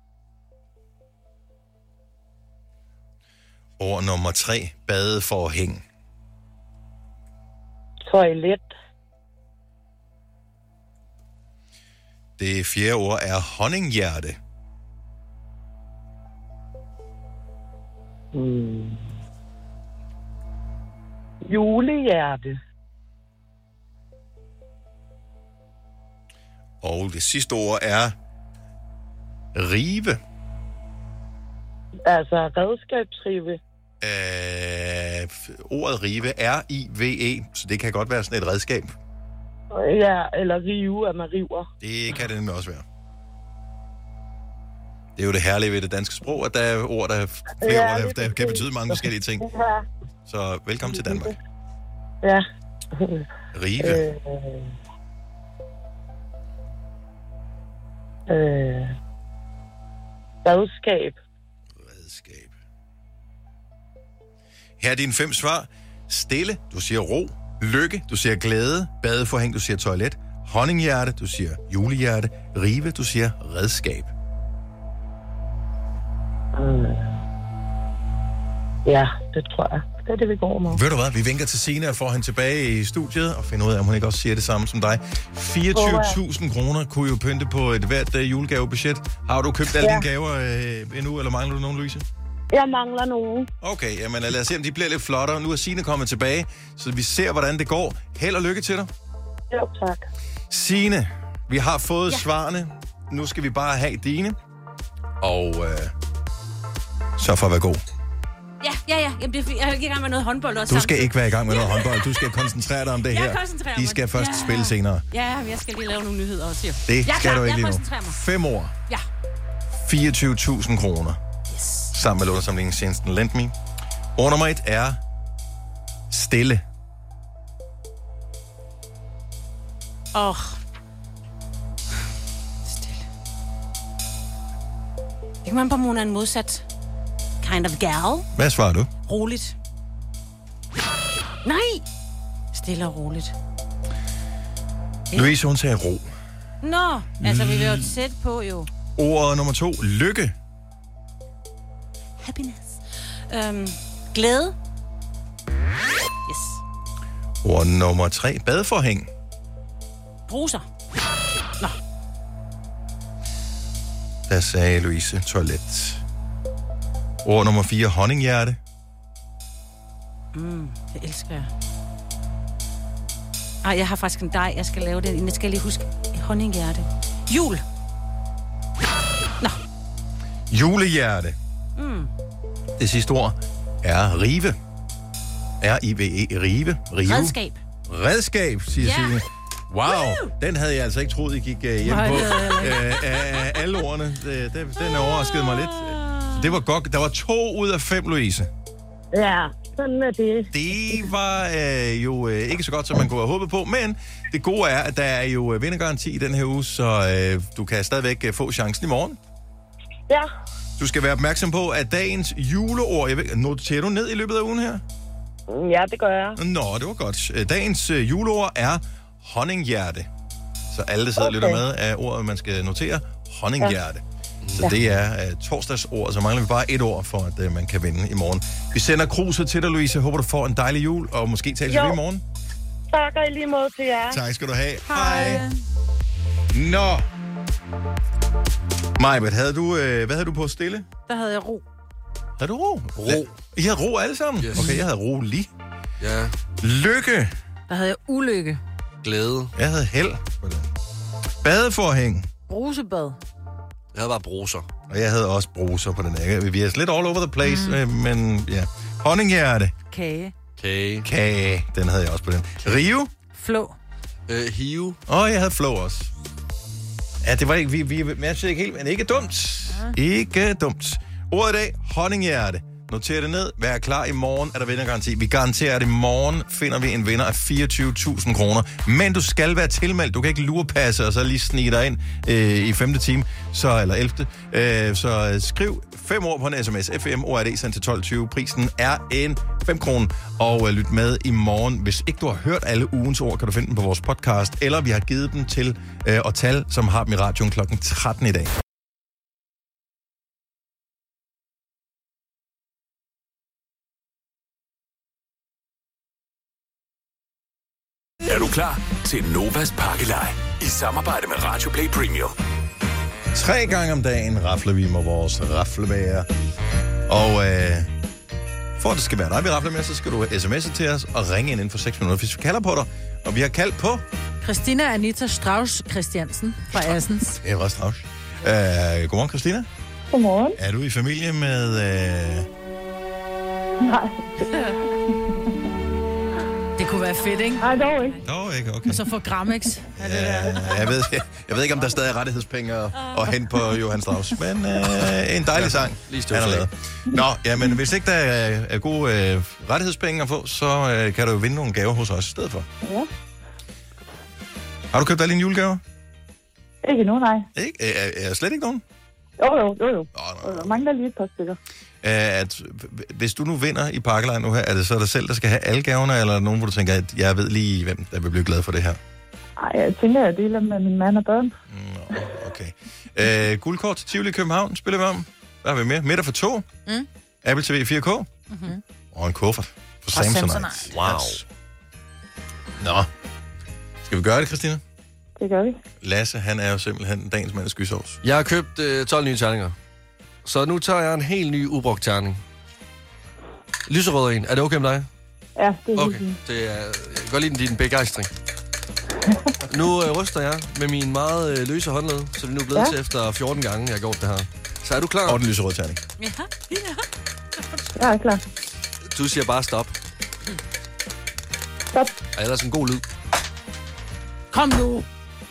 Ord nummer tre, badeforhæng. Toilet. Det fjerde ord er honninghjerte. Hmm. Julehjerte. Og det sidste ord er rive. Altså redskabsrive. Øh, ordet rive er I V E, så det kan godt være sådan et redskab. Ja, eller rive, at man river. Det kan det nemlig også være. Det er jo det herlige ved det danske sprog, at der er ord, der, flere ja, ord, der, der kan betyde mange forskellige ting. Ja. Så velkommen til Danmark. Ja. Rive. Øh, øh, redskab. Redskab. Her er dine fem svar. Stille, du siger ro. Lykke, du siger glæde. Badeforhæng, du siger toilet. Honninghjerte, du siger julehjerte. Rive, du siger redskab. Øh. Ja, det tror jeg. Det er det, vi går med. Ved du hvad, vi vinker til Signe og får hende tilbage i studiet og finder ud af, om hun ikke også siger det samme som dig. fireogtyve tusind kroner kunne jo pynte på et hvert uh, julegavebudget. Har du købt alle ja. dine gaver uh, endnu, eller mangler du nogen, Louise? Jeg mangler nogen. Okay, jamen lad os se, om de bliver lidt flottere. Nu er Signe kommet tilbage, så vi ser, hvordan det går. Held og lykke til dig. Jo, tak. Signe, vi har fået ja. svarene. Nu skal vi bare have dine. Og uh, så for at være god. Ja, ja, ja. Jamen, det er, jeg er ikke i gang med noget håndbold også. Du skal ikke være i gang med noget håndbold. Du skal koncentrere dig om det her. Jeg koncentrerer mig. De skal først ja. spille senere. Ja, jeg skal lige lave nogle nyheder også. Jo. Det jeg skal klar. du ikke jeg lige nu. Fem år. Ja. fireogtyve tusind kroner. Yes. Sammen med lånesamlingstjenesten LendMe. Ord nummer et er stille. Åh. Oh. Stille. Det kan man på Mona en modsat kind of gal. Hvad svarer du? Roligt. Nej! Stille og roligt. Louise, hun sagde ro. Nå, altså vi vil jo sætte på jo. Ord nummer to, lykke. Happiness. Øhm, glæde. Yes. Ord nummer tre, badeforhæng. Bruser. Nå. Der sagde Louise toilet. Ord nummer fire, honninghjerte. Mm, det elsker jeg. Ej, jeg har faktisk en dej, jeg skal lave det. Jeg skal lige huske honninghjerte. Jul. Nå. Julehjerte. Mm. Det sidste ord er rive. R I V E, rive. rive. Redskab. Redskab, siger yeah. Signe. Wow, Woo! Den havde jeg altså ikke troet, I gik uh, hjem på. Uh, af alle ordene. Det, det, den overraskede mig lidt. Det var godt. Der var to ud af fem, Louise. Ja, sådan er det. Det var øh, jo øh, ikke så godt, som man kunne have håbet på, men det gode er, at der er jo vindergaranti i den her uge, så øh, du kan stadigvæk øh, få chancen i morgen. Ja. Du skal være opmærksom på, at dagens juleord... Jeg ved, noterer du ned i løbet af ugen her? Ja, det gør jeg. Nå, det var godt. Dagens øh, juleord er honninghjerte. Så alle, der sidder okay. og lytter med, er ordet, man skal notere. Honninghjerte. Ja. Så ja. det er uh, torsdagsord, så mangler vi bare et ord for, at uh, man kan vinde i morgen. Vi sender kruset til dig, Louise. Håber, du får en dejlig jul, og måske tales vi i morgen. Tak, og i lige måde til jer. Tak skal du have. Hej. Hej. Nå. Majbert, havde du, øh, hvad havde du på stille? Der havde jeg ro. Havde du ro? Ro. I havde ro alle sammen? Yes. Okay, jeg havde ro lige. Ja. Lykke. Der havde jeg ulykke. Glæde. Jeg havde held. Badeforhæng. Brusebad. Jeg havde bare bruser. Og jeg havde også bruser på den her. Vi er lidt all over the place, mm. øh, men ja. Honninghjerte. Kage. Kage. Kage. Den havde jeg også på den. Rio. Flå. Øh, hive. Åh, oh, jeg havde flå også. Ja, det var ikke, vi, vi matchede ikke helt, men ikke dumt. Ja. Ikke dumt. Ordet i dag, honninghjerte. Noter det ned. Vær klar, i morgen er der vindergaranti. Vi garanterer, at i morgen finder vi en vinder af fireogtyve tusind kroner. Men du skal være tilmeldt. Du kan ikke lurepasse og så lige snige dig ind øh, i femte time, så, eller ellevte. Øh, så skriv fem ord på en sms. F M O R D sendt til tolv tyve. Prisen er en fem kroner. Og øh, lyt med i morgen. Hvis ikke du har hørt alle ugens ord, kan du finde dem på vores podcast. Eller vi har givet dem til øh, Otal, som har dem i radioen klokken tretten i dag. Er du klar til Novas pakkelej i samarbejde med Radio Play Premium? Tre gange om dagen rafler vi med vores raflebager. Og øh, for at det skal være dig, vi rafler med, så skal du sms'e til os og ringe ind inden for seks minutter, hvis vi kalder på dig. Og vi har kaldt på... Christina Anita Strauss Christiansen fra Assens. Ja, var Strauss. Øh, godmorgen, Christina. Godmorgen. Er du i familie med... Øh... Nej. Det kunne være fedt, ikke? Nej, dog ikke. Dog ikke, okay. Og så få Gramex. Er det ja, der? jeg, ved, jeg, jeg ved ikke, om der er stadig rettighedspenge at, at hente på Johan Strauss, men øh, en dejlig sang. Lige han har lavet. Nå, ja, men hvis ikke der er, er gode øh, rettighedspenge at få, så øh, kan du jo vinde nogle gaver hos os i stedet for. Ja. Har du købt alle dine julegaver? Ikke nu, nej. Ikke? Er, er slet ikke nogen? Jo, jo, jo, jo. Oh, der mangler lige et par stykker. At, hvis du nu vinder i pakkelejren nu her, er det så dig selv, der skal have alle gaverne, eller er der nogen, hvor du tænker, at jeg ved lige, hvem der vil blive glad for det her? Nej, jeg tænker, at jeg deler med min mand og børn. Nå, okay. Øh, guldkort til Tivoli København, spiller vi om. Der har vi med. Middag for to. Mm. Apple T V fire K. Mm-hmm. Og en kuffert for Samsonite. Wow. Yes. Nå. Skal vi gøre det, Christina? Det gør vi. Lasse, han er jo simpelthen dagens mand af skysovs. Jeg har købt øh, tolv nye terninger. Så nu tager jeg en helt ny ubrugt terning. Lyserød en. Er det okay med dig? Ja, det er okay. Det er, jeg kan godt lide din begejstring. Nu øh, ryster jeg med min meget øh, løse håndled, så det er nu blevet ja. til efter fjorten gange, jeg har gjort det her. Så er du klar? Og den lyserøde terning. Ja, ja. Jeg er klar. Du siger bare stop. Stop. Og ellers en god lyd. Kom nu.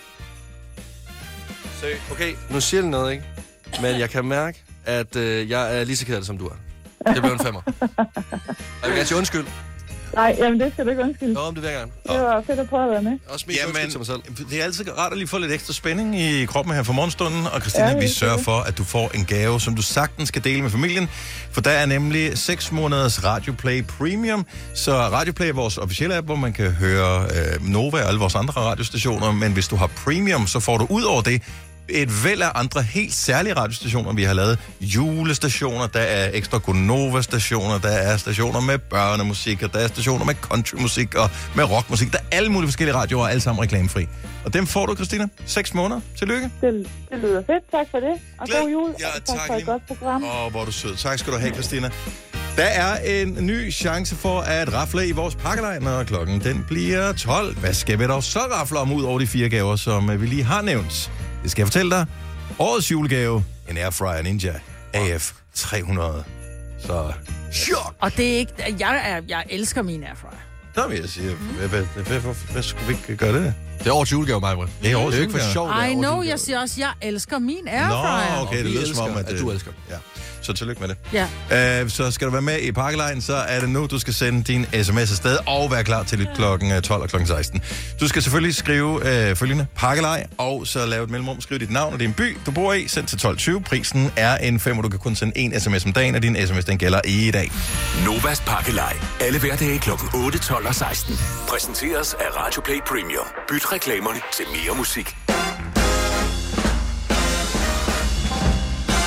Så, okay, nu siger det noget, ikke? Men jeg kan mærke, at øh, jeg er lige så ked af det, som du er. Det blev en femmer. Jeg vil gerne sige undskyld. Nej, jamen det skal du ikke undskylde. Nå, det vil jeg gerne. Det var fedt at prøve at være med. Også mest undskyld til mig selv. Det er altid rart at lige få lidt ekstra spænding i kroppen her for morgenstunden. Og Christina, ja, vi sørger for, at du får en gave, som du sagtens skal dele med familien. For der er nemlig seks måneders Radio Play Premium. Så Radio Play er vores officielle app, hvor man kan høre øh, Nova og alle vores andre radiostationer. Men hvis du har Premium, så får du ud over det et væld af andre helt særlige radiostationer, vi har lavet. Julestationer, der er ekstra Gonova-stationer, der er stationer med børnemusik, og der er stationer med countrymusik og med rockmusik. Der er alle mulige forskellige radioer, alle sammen reklamefri. Og dem får du, Christina. Seks måneder. Tillykke. Det, det lyder fedt. Tak for det. Og Glæd. god jul. Ja, og tak, tak for et godt program. Åh, hvor er du sød. Tak skal du have, Christina. Der er en ny chance for at rafle i vores pakkelej, når klokken den bliver tolv. Hvad skal vi dog så rafle om ud over de fire gaver, som vi lige har nævnt? Det skal jeg fortælle dig. Årets julegave, en Airfryer Ninja A F tre hundrede. Så, chok! Og det er ikke... Jeg, er, jeg elsker min Airfryer. Der vil jeg sige, hvad, hvad, hvad, hvad, hvad skulle vi ikke gøre det? Det er årets julegave, Maja. Det er årets julegave. Det er ikke for sjovt. I know, jeg siger også, jeg elsker min Airfryer. Nå, okay, det lyder som om, at, at du elsker. Ja. Så tillykke med det. Ja. Uh, så skal du være med i pakkelejen, så er det nu, du skal sende din sms afsted og være klar til lidt klokken tolv og klokken seksten. Du skal selvfølgelig skrive uh, følgende pakkelej, og så lave et mellemrum, skrive dit navn og din by, du bor i, send til tolv tyve. Prisen er en fem, og du kan kun sende en sms om dagen, og din sms, den gælder i dag. Novas pakkelej. Alle hverdage klokken otte, tolv og seksten. Præsenteres af Radio Play Premium. Byt reklamerne til mere musik.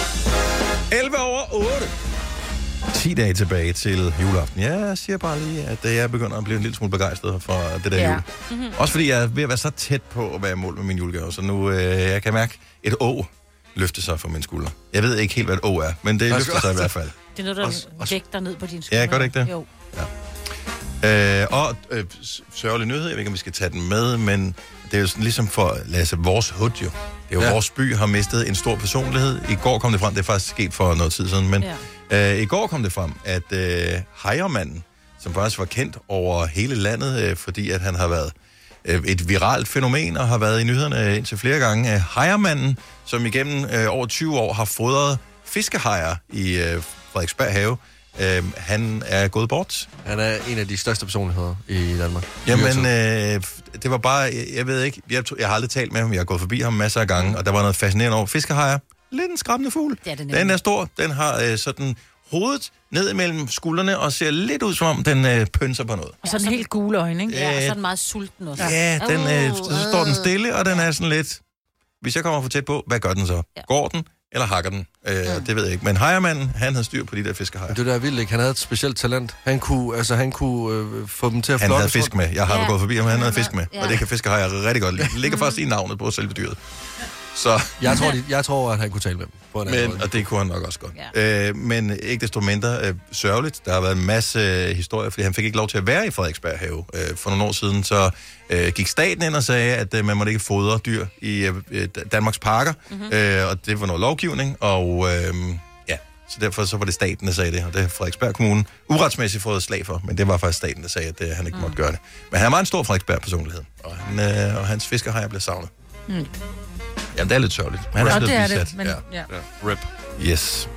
elleve over otte. ti dage tilbage til juleaften. Jeg siger bare lige, at jeg begynder at blive en lille smule begejstret for det der Ja. jul. Mm-hmm. Også fordi jeg er ved at være så tæt på at være i mål med min julegave, så nu øh, jeg kan mærke et å løfte sig fra mine skuldre. Jeg ved ikke helt, hvad et å er, men det løfter sig i hvert fald. Det er noget, der Også- også- vægter ned på din skulder. Ja, gør det ikke det? Jo. Øh, og øh, sørgelig nyhed, jeg ved ikke, om vi skal tage den med, men det er jo sådan ligesom for, lad os sige, vores hood jo. Det er jo, ja. Vores by har mistet en stor personlighed. I går kom det frem, det er faktisk sket for noget tid siden, men ja. øh, i går kom det frem, at øh, Hejermanden, som faktisk var kendt over hele landet, øh, fordi at han har været øh, et viralt fænomen og har været i nyhederne indtil flere gange. Øh, Hejermanden, som igennem øh, over tyve år har fodret fiskehajer i øh, Frederiksberg Have, øh, han er gået bort. Han er en af de største personligheder i Danmark. Jamen, øh, det var bare, jeg, jeg ved ikke, jeg, jeg har aldrig talt med ham, jeg har gået forbi ham masser af gange, og der var noget fascinerende over fiskehajer. Lidt en skræmmende fugl. Det er det Den er stor, den har øh, sådan hovedet ned imellem skuldrene, og ser lidt ud som om, den øh, pønser på noget. Og sådan helt gule øjne, ikke? Ja, og så er den meget sulten også. Ja, den, øh, så står den stille, og den er sådan lidt... Hvis jeg kommer for tæt på, hvad gør den så? Ja. Går den, eller hakker den? Øh, ja. Det ved jeg ikke. Men Hejermanden, han havde styr på de der fiskehajer. Det der er vildt, ikke? Han havde et specielt talent. Han kunne, altså, han kunne øh, få dem til at Han flokke. havde fisk med. Jeg har Ja. ja. gået forbi ham, han havde fisk med. Ja. Og det kan fiskehajer rigtig godt lide. Det ligger faktisk i navnet på selve dyret. Så... Jeg tror, de, jeg tror, at han kunne tale med dem. På en anden Men, måde. og det kunne han nok også godt. Ja. Øh, men ikke desto mindre øh, sørgeligt. Der har været en masse øh, historier, fordi han fik ikke lov til at være i Frederiksberg Have. Øh, for nogle år siden så øh, gik staten ind og sagde, at øh, man måtte ikke fodre dyr i øh, Danmarks parker. Mm-hmm. Øh, og det var noget lovgivning, og øh, ja, så derfor så var det staten, der sagde det. Og det har Frederiksberg Kommune uretsmæssigt fået slag for, men det var faktisk staten, der sagde, at øh, han ikke mm. måtte gøre det. Men han var en stor Frederiksberg-personlighed, og, han, øh, og hans fiskehajer blev savnet. Mm. Jamen, det er lidt sørgeligt. Men han Og er det blevet er bisat. det, men Ja. ja. Ja. Rip. Yes.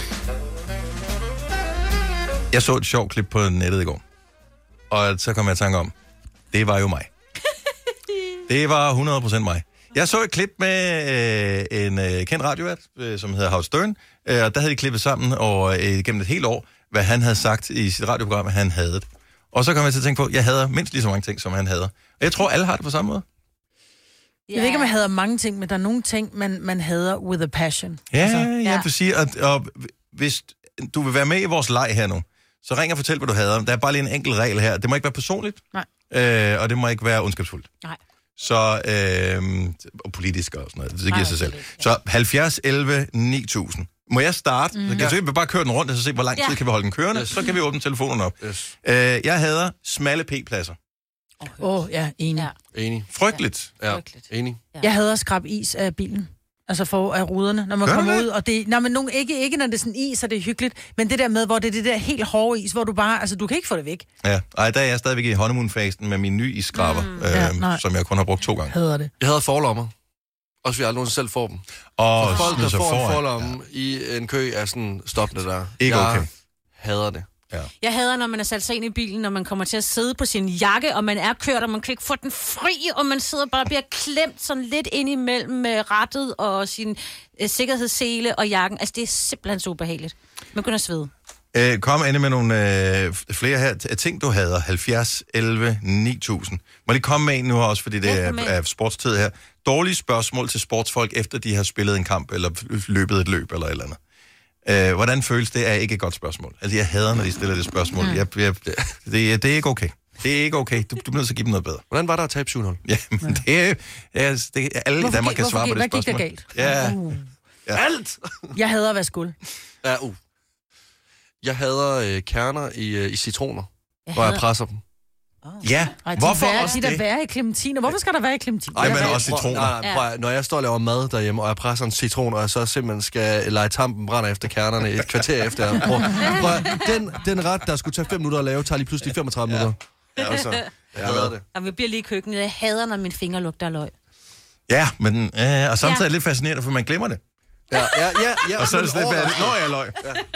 Jeg så et sjovt klip på nettet i går. Og så kom jeg i tanke om, det var jo mig. Det var hundrede procent mig. Jeg så et klip med øh, en øh, kendt radiovært, øh, som hedder Howard Stern. Øh, og der havde de klippet sammen over, øh, gennem et helt år, hvad han havde sagt i sit radioprogram, at han havde. Og så kom jeg til at tænke på, at jeg hader mindst lige så mange ting, som han hader. Og jeg tror, alle har det på samme måde. Jeg ved ikke, om jeg hader mange ting, men der er nogle ting, man, man hader with a passion. Ja, altså, jeg vil sige, at og, hvis du vil være med i vores leg her nu, så ring og fortæl, hvad du hader. Der er bare lige en enkelt regel her. Det må ikke være personligt, Nej. øh, og det må ikke være ondskabsfuldt. Nej. Så, øh, og politisk og sådan noget. Det giver Nej, sig selv. absolut, Så halvfjerds elleve ni tusind. Må jeg starte? Mm. Så kan ja. vi bare køre den rundt, og så se, hvor lang tid Ja. kan vi holde den kørende. Yes. Så kan vi åbne telefonen op. Yes. Øh, jeg hader smalle p-pladser. Åh, oh, ja, enig. Ja. Enig. Frygteligt. Ja. Frygteligt. Enig. Ja. Jeg hader at skrabe is af bilen. Altså for af ruderne, når man Gør du kommer det? ud. Og det, nej, men nogle, ikke, ikke når det er sådan is, så det er hyggeligt. Men det der med, hvor det er det der helt hårde is, hvor du bare, altså du kan ikke få det væk. Ja. Ej, der er jeg stadigvæk i honeymoon-fasen med min nye isskraber, mm. Ja, øh, nej. som jeg kun har brugt to gange. Hader det. Jeg havde forlommer. Også vi aldrig nogensinde selv får dem. Og For folk, der snyder sig får en foran. forlomme ja. i en kø, er sådan, stop det der. Ikke jeg okay. hader det. Ja. Jeg hader, når man er sat sig ind i bilen, når man kommer til at sidde på sin jakke, og man er kørt, og man kan ikke få den fri, og man sidder bare og bliver klemt sådan lidt ind imellem med rattet og sin øh, sikkerhedssele og jakken. Altså, det er simpelthen så ubehageligt. Man begynder at svede. Øh, kom endelig med nogle øh, flere her t- ting, du hader. halvfjerds elleve ni tusind. Må lige komme med en nu også, fordi det Ja, er, kom med. er sportstid her. Dårlige spørgsmål til sportsfolk, efter de har spillet en kamp, eller løbet et løb, eller et eller andet. Øh, hvordan føles det, er ikke et godt spørgsmål. Altså, jeg hader, når de stiller det spørgsmål. Mm. Jeg, jeg, det, det er ikke okay. Det er ikke okay. Du, du bliver nødt til at give dem noget bedre. Hvordan var der at tabe syv nul? Ja, men det er, ja, det er alle i Hvorfor Danmark gik- kan svare på hvorfor det gik- spørgsmål. hvad gik der Ja, Uh. ja. Alt! Jeg hader at være skuld. Ja, uh. Jeg hader øh, kerner i, øh, i citroner, Jeg hvor jeg hader- presser dem. Ja, Ej, de hvorfor være, også de der det? være i klementiner. Hvorfor skal der være i klementiner? Ej, men Jeg- også citroner. Nej, nej, prøv, at- når jeg står og laver mad derhjemme, og jeg presser en citron, og jeg så simpelthen skal lege tampen brænder efter kernerne et kvarter efter. Jeg prøver, prøv, at- den, den ret, der skulle tage fem minutter at lave, tager lige pludselig femogtredive minutter. Ja, altså, Jeg hader det. Og vi bliver lige i køkkenet. Jeg hader, når min finger lugter af løg. ja, men øh, og samtidig Ja. er det lidt fascinerende, for man glemmer det. Ja, ja, ja. ja Og så er det sådan lidt, hvad er det? Nå, jeg er løg.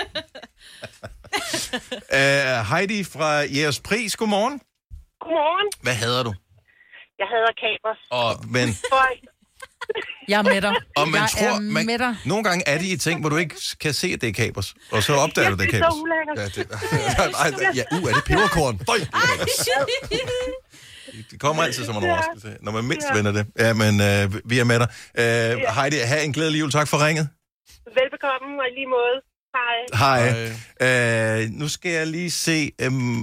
uh, Heidi fra Jægerspris, godmorgen. Godmorgen. Hvad hader du? Jeg hader kapers. Og, men, For Jeg er med dig. og man jeg tror, er man, med dig. nogle gange er de i ting, hvor du ikke kan se, at det er kapers. Og så opdager du, det er det er kapers. så ulækkert. Ja, det, ej, ja, uh, er det peberkorn? Føj. Det kommer altid som en overraskelse, når man mindst vender det. Ja, men øh, vi er med dig. Øh, Heidi, have en glædelig jul. Tak for ringet. Velbekomme, og i lige måde. Hej. Hej. Øh, nu skal jeg lige se... Øhm,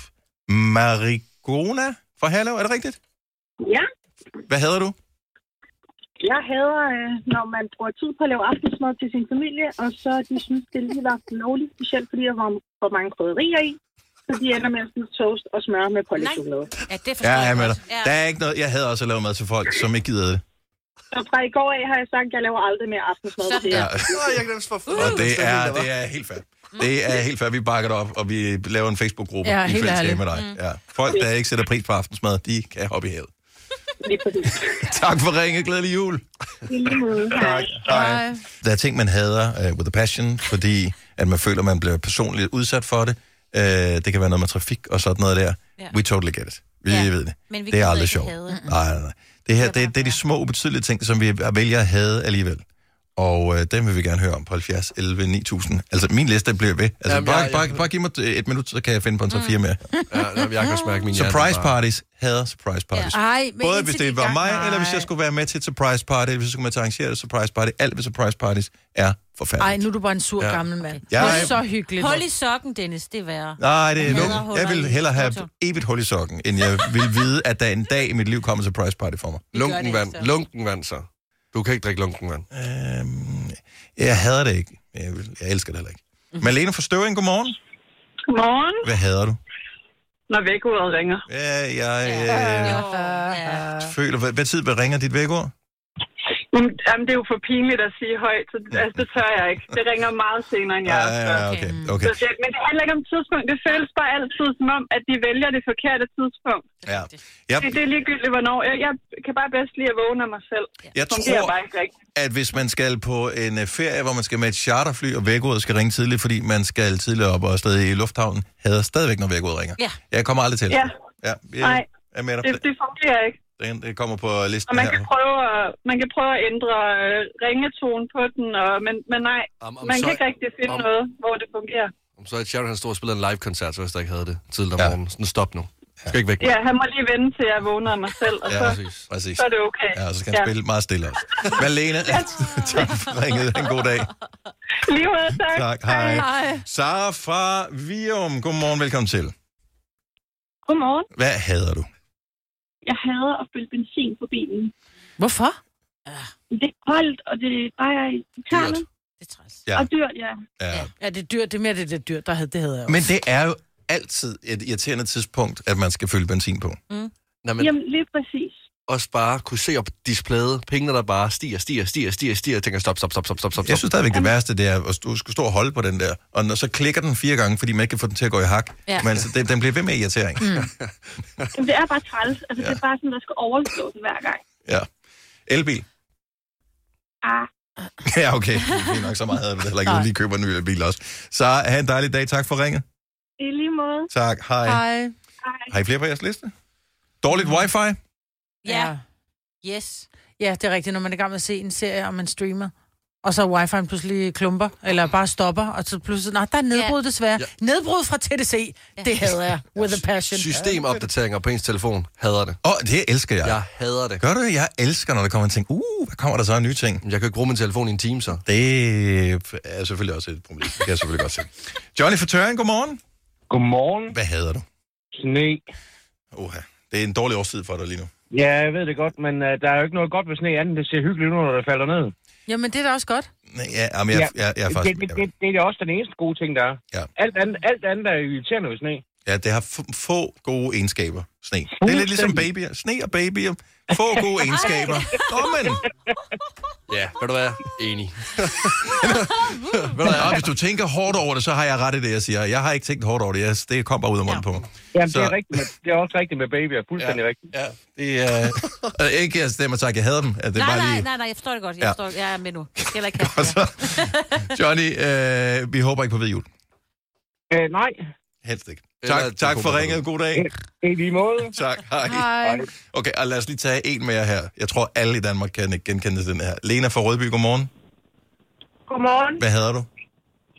Marigona fra Herlev, er det rigtigt? Ja. Hvad hedder du? Jeg hader, øh, når man bruger tid på at lave aftensmad til sin familie, og så de synes, det lige var lovligt, specielt fordi der var for mange krydderier i. Så de ender med at spise toast og smør med pålægtschokolade. Ja, det Ja, jeg er med dig. Der er ikke noget... Jeg havde også lavet mad til folk, som ikke gider det. Så fra i går af har jeg sagt, at jeg laver aldrig mere aftensmad til jer. Og det er, det er helt fair. Det er helt fair. Vi bakker det op, og vi laver en Facebook-gruppe Ja, i helt fællesskab ærligt. med dig. Ja. Folk, der ikke sætter pris på aftensmad, de kan hoppe i havet. Lige præcis. Tak for ringe. Glædelig jul. I lige måde. Hej. Hej. Der er ting, man hader uh, with a passion, fordi at man føler, man bliver personligt udsat for det. Uh, det kan være noget med trafik og sådan noget der. Ja. We totally get it. Vi Ja. ved det. Men vi det er gider aldrig ikke sjovt. hade. Nej, nej, nej. Det her, det, det er de små, ubetydelige ting, som vi vælger at hade alligevel. Og øh, dem vil vi gerne høre om på halvfjerds elleve ni tusind. Altså, min liste bliver ved. Altså, Jamen, bare, jeg- bare, bare giv mig et minut, så kan jeg finde på en top fire mere. Ja, jeg kan også mærke min hjerne. Surprise bare- parties. Hader surprise parties. Ja. Ej, men Både indtil hvis de det var gang- mig, Nej. eller hvis jeg skulle være med til et surprise party, hvis jeg skulle med til at arrangere et surprise party. Alt ved surprise parties er forfærdeligt. Ej, nu er du bare en sur Ja. ja. gammel mand. Jeg Det er- er så hyggeligt. Hold i sokken, Dennis, det er værre. Nej, det er Jeg hader lukket. huller Jeg vil i hellere have skjorter. evigt hul i sokken, end jeg vil vide, at der en dag i mit liv kommer en surprise party for mig. Lunken vand. Lunken vand, så. Du kan ikke drikke lunken vand. Øhm, jeg hader det ikke. Jeg, jeg elsker det heller ikke. Mm-hmm. Malene fra Støvring, godmorgen. Godmorgen. Hvad hader du? Når vækkeuret ringer. Ja, jeg øh, føler... Hvad, hvad tid ringer dit vækord? Jamen, jamen, det er jo for pinligt at sige højt, så altså, det tør jeg ikke. Det ringer meget senere, end jeg Ja, ja, ja, okay, okay. Så, det- men det handler ikke om tidspunkt. Det føles bare altid som om, at de vælger det forkerte tidspunkt. Ja. Yep. Det, det er ligegyldigt, hvornår. Jeg, jeg kan bare bedst lide at vågne af mig selv. Jeg Fungerer tror, bare ikke rigtigt. at hvis man skal på en øh, ferie, hvor man skal med et charterfly, og vækordet skal ringe tidligt, fordi man skal tidligere op og afsted i lufthavnen, hader stadigvæk, når vækordet ringer. Ja. Jeg kommer aldrig til det. Ja. Ja, jeg Nej, er med dig. det, det fungerer ikke. Det, det kommer på Og listen man her. kan prøve at, man kan prøve at ændre øh, ringetone på den, og, men, men nej, Om- om man så- kan ikke rigtig finde om- noget, hvor det fungerer. Om så er Sharon, han stod og spillede en live-koncert, så hvis der ikke havde det tidligt om ja. morgenen. Sådan, stop nu. Du skal ikke væk. Ja, han må lige vente til jeg vågner af mig selv, og Ja, så, præcis. præcis. så er det okay. Ja, og så skal han spille meget stille også. Malene, tak for ringet. En god dag. Lige måde, tak. Tak, hej. Sara fra Vium, godmorgen, velkommen til. Godmorgen. Hvad hader du? Jeg hader at fylde benzin på bilen. Hvorfor? Det er koldt, og det drejer i tærne. Ja. Og dyrt, ja. Ja. Ja, det er dyrt. Det er mere det, det er dyrt. Der havde, det havde jeg også. Men det er jo altid et irriterende tidspunkt, at man skal fylde benzin på. Mm. Nå, men Jamen, lige præcis. også bare kunne se op på displayet, pengene der bare stiger, stiger, stiger, stiger, stiger, og tænker stop, stop, stop, stop, stop, stop. Jeg synes stadigvæk, det værste, det er, at du skal stå og holde på den der, og når, så klikker den fire gange, fordi man ikke kan få den til at gå i hak. Ja. Men altså, det, den bliver ved med irritering. Mm. Jamen, det er bare træls. Altså, ja. Det er bare sådan, der skal overslås hver gang. Ja. Elbil. Ah. Ja, okay. Det er nok så meget, havde det heller ikke, at lige køber en ny elbil også. Så have en dejlig dag. Tak for ringet. I lige måde. Tak. Hej. Hej. Har I flere på jeres liste? Dårligt wifi? Ja. Yes. Ja, det er rigtigt, når man er i gang med at se en serie, og man streamer. Og så wifi'en pludselig klumper, eller bare stopper, og så pludselig, nej, der er nedbrud Ja. desværre. Ja. Nedbrud fra T D C, det hader jeg, with a passion. Systemopdateringer på ens telefon. Hader det. Åh, oh, det elsker jeg. Jeg hader det. Gør du det? Jeg elsker, når der kommer en ting. Uh, hvad kommer der så af nye ting? Jeg kan ikke bruge min telefon i en time, så. Det er selvfølgelig også et problem. Det kan jeg selvfølgelig godt se. Johnny fra Tøring, godmorgen. Godmorgen. Hvad hader du? Sne. Oha, det er en dårlig årstid for dig lige nu. Ja, jeg ved det godt, men uh, der er jo ikke noget godt ved sne andet. Det ser hyggeligt ud, når det falder ned. Jamen, det er da også godt. Nej, ja, jamen, jeg, jeg, jeg er faktisk... Det, det, det, det er også den eneste gode ting, der er. Ja. Alt andet, alt andet er irriterende ved sne. Ja, det har f- få gode egenskaber, sne. Det er lidt ligesom babyer. Sne og babyer. Få gode egenskaber. Åh, men... Ja, ved du hvad? Enig. Ved du, ja, hvis du tænker hårdt over det, så har jeg ret i det, jeg siger. Jeg har ikke tænkt hårdt over det. Jeg, det kom bare ud af munden på mig. Jamen, Så- det er, rigtigt med, det er også rigtigt med babyer. Fuldstændig Ja, rigtigt. Ja, det er... Øh, ikke jeg stemmer tak, jeg hader dem. At det er Nej, bare nej, lige... nej, nej, jeg forstår det godt. Jeg, Ja. forstår, jeg er med nu. Jeg skal heller ikke have det. Johnny, øh, vi håber ikke på ved jul. Øh, nej. Helst ikke. Eller Tak, til tak for Copenhagen. ringet. God dag. I lige måde. Tak. Hej. Hej. Okay, og lad os lige tage en mere her. Jeg tror, alle i Danmark kan genkende den her. Lena fra Rødby, godmorgen. Godmorgen. Hvad hader du?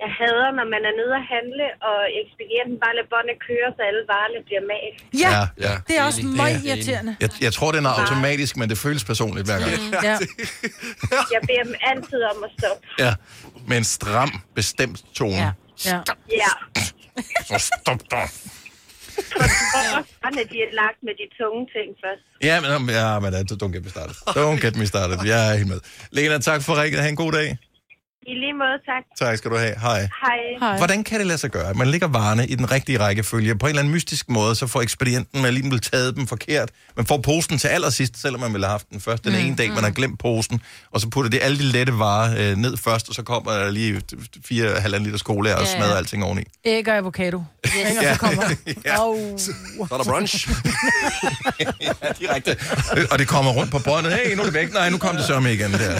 Jeg hader, når man er nede at handle, og ekspedienten bare lader båndet køre, så alle varerne bliver malt. Ja, Ja, ja. det er også Enig. meget Ja, irriterende. Jeg, jeg tror, den er automatisk, men det føles personligt hver gang. Ja. Jeg beder dem altid om at stoppe. Ja, med en stram, bestemt tone. Ja. Ja. Ja. Så stop dig. Hvordan er de er lagt med de tunge ting først? Ja, men, ja, men uh, don't get me started. Don't get me started. Jeg er helt med. Lena, tak for rækket. Ha' en god dag. I lige måde, tak. Tak skal du have. Hej. Hej. Hvordan kan det lade sig gøre, at man lægger varerne i den rigtige rækkefølge? På en eller anden mystisk måde, så får ekspedienten med lige taget dem forkert. Man får posen til allersidst, selvom man ville have haft den først. Den mm. ene dag, man har glemt posen, og så putter det alle de lette varer øh, ned først, og så kommer der lige fire halvanden liter cola og Ja, ja. smadrer alting oveni. Æg og avocado. Yes. Og Ja. så kommer. Ja. Oh. Så er der brunch. Ja, direkte. Og det kommer rundt på båndet. Hey, nu er det væk. Nej, nu kom det så med igen der.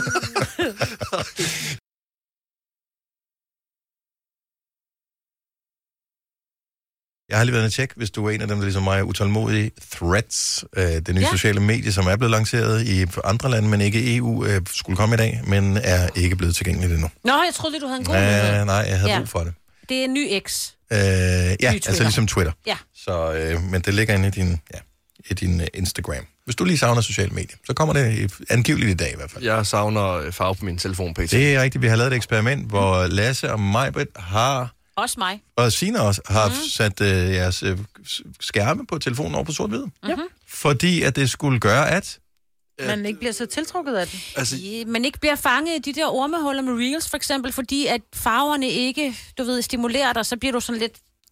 Jeg har lige været at tjekke, hvis du er en af dem, der ligesom mig er utålmodig. Threads, øh, det nye ja. sociale medie, som er blevet lanceret i andre lande, men ikke E U, øh, skulle komme i dag, men er ikke blevet tilgængeligt endnu. Nå, jeg troede, du havde en god Øh, nyhed. nej, jeg havde Ja. brug for det. Det er en ny X. Øh, ja, Twitter. altså ligesom Twitter. Ja. Så, øh, men det ligger inde i din, ja, i din uh, Instagram. Hvis du lige savner sociale medier, så kommer det i- angiveligt i dag i hvert fald. Jeg savner øh, farve på min telefon, P T. Det er rigtigt. Vi har lavet et eksperiment, hvor Lasse og Majbrit har, Også mig. og Signe også, har mm. sat øh, jeres øh, skærme på telefonen over på sort-hvid. Mm-hmm. Fordi at det skulle gøre, at... Man ikke bliver så tiltrukket af den. Altså, Ja, man ikke bliver fanget i de der ormehuller med reels, for eksempel, fordi at farverne ikke, du ved, stimulerer dig, så bliver du sådan lidt...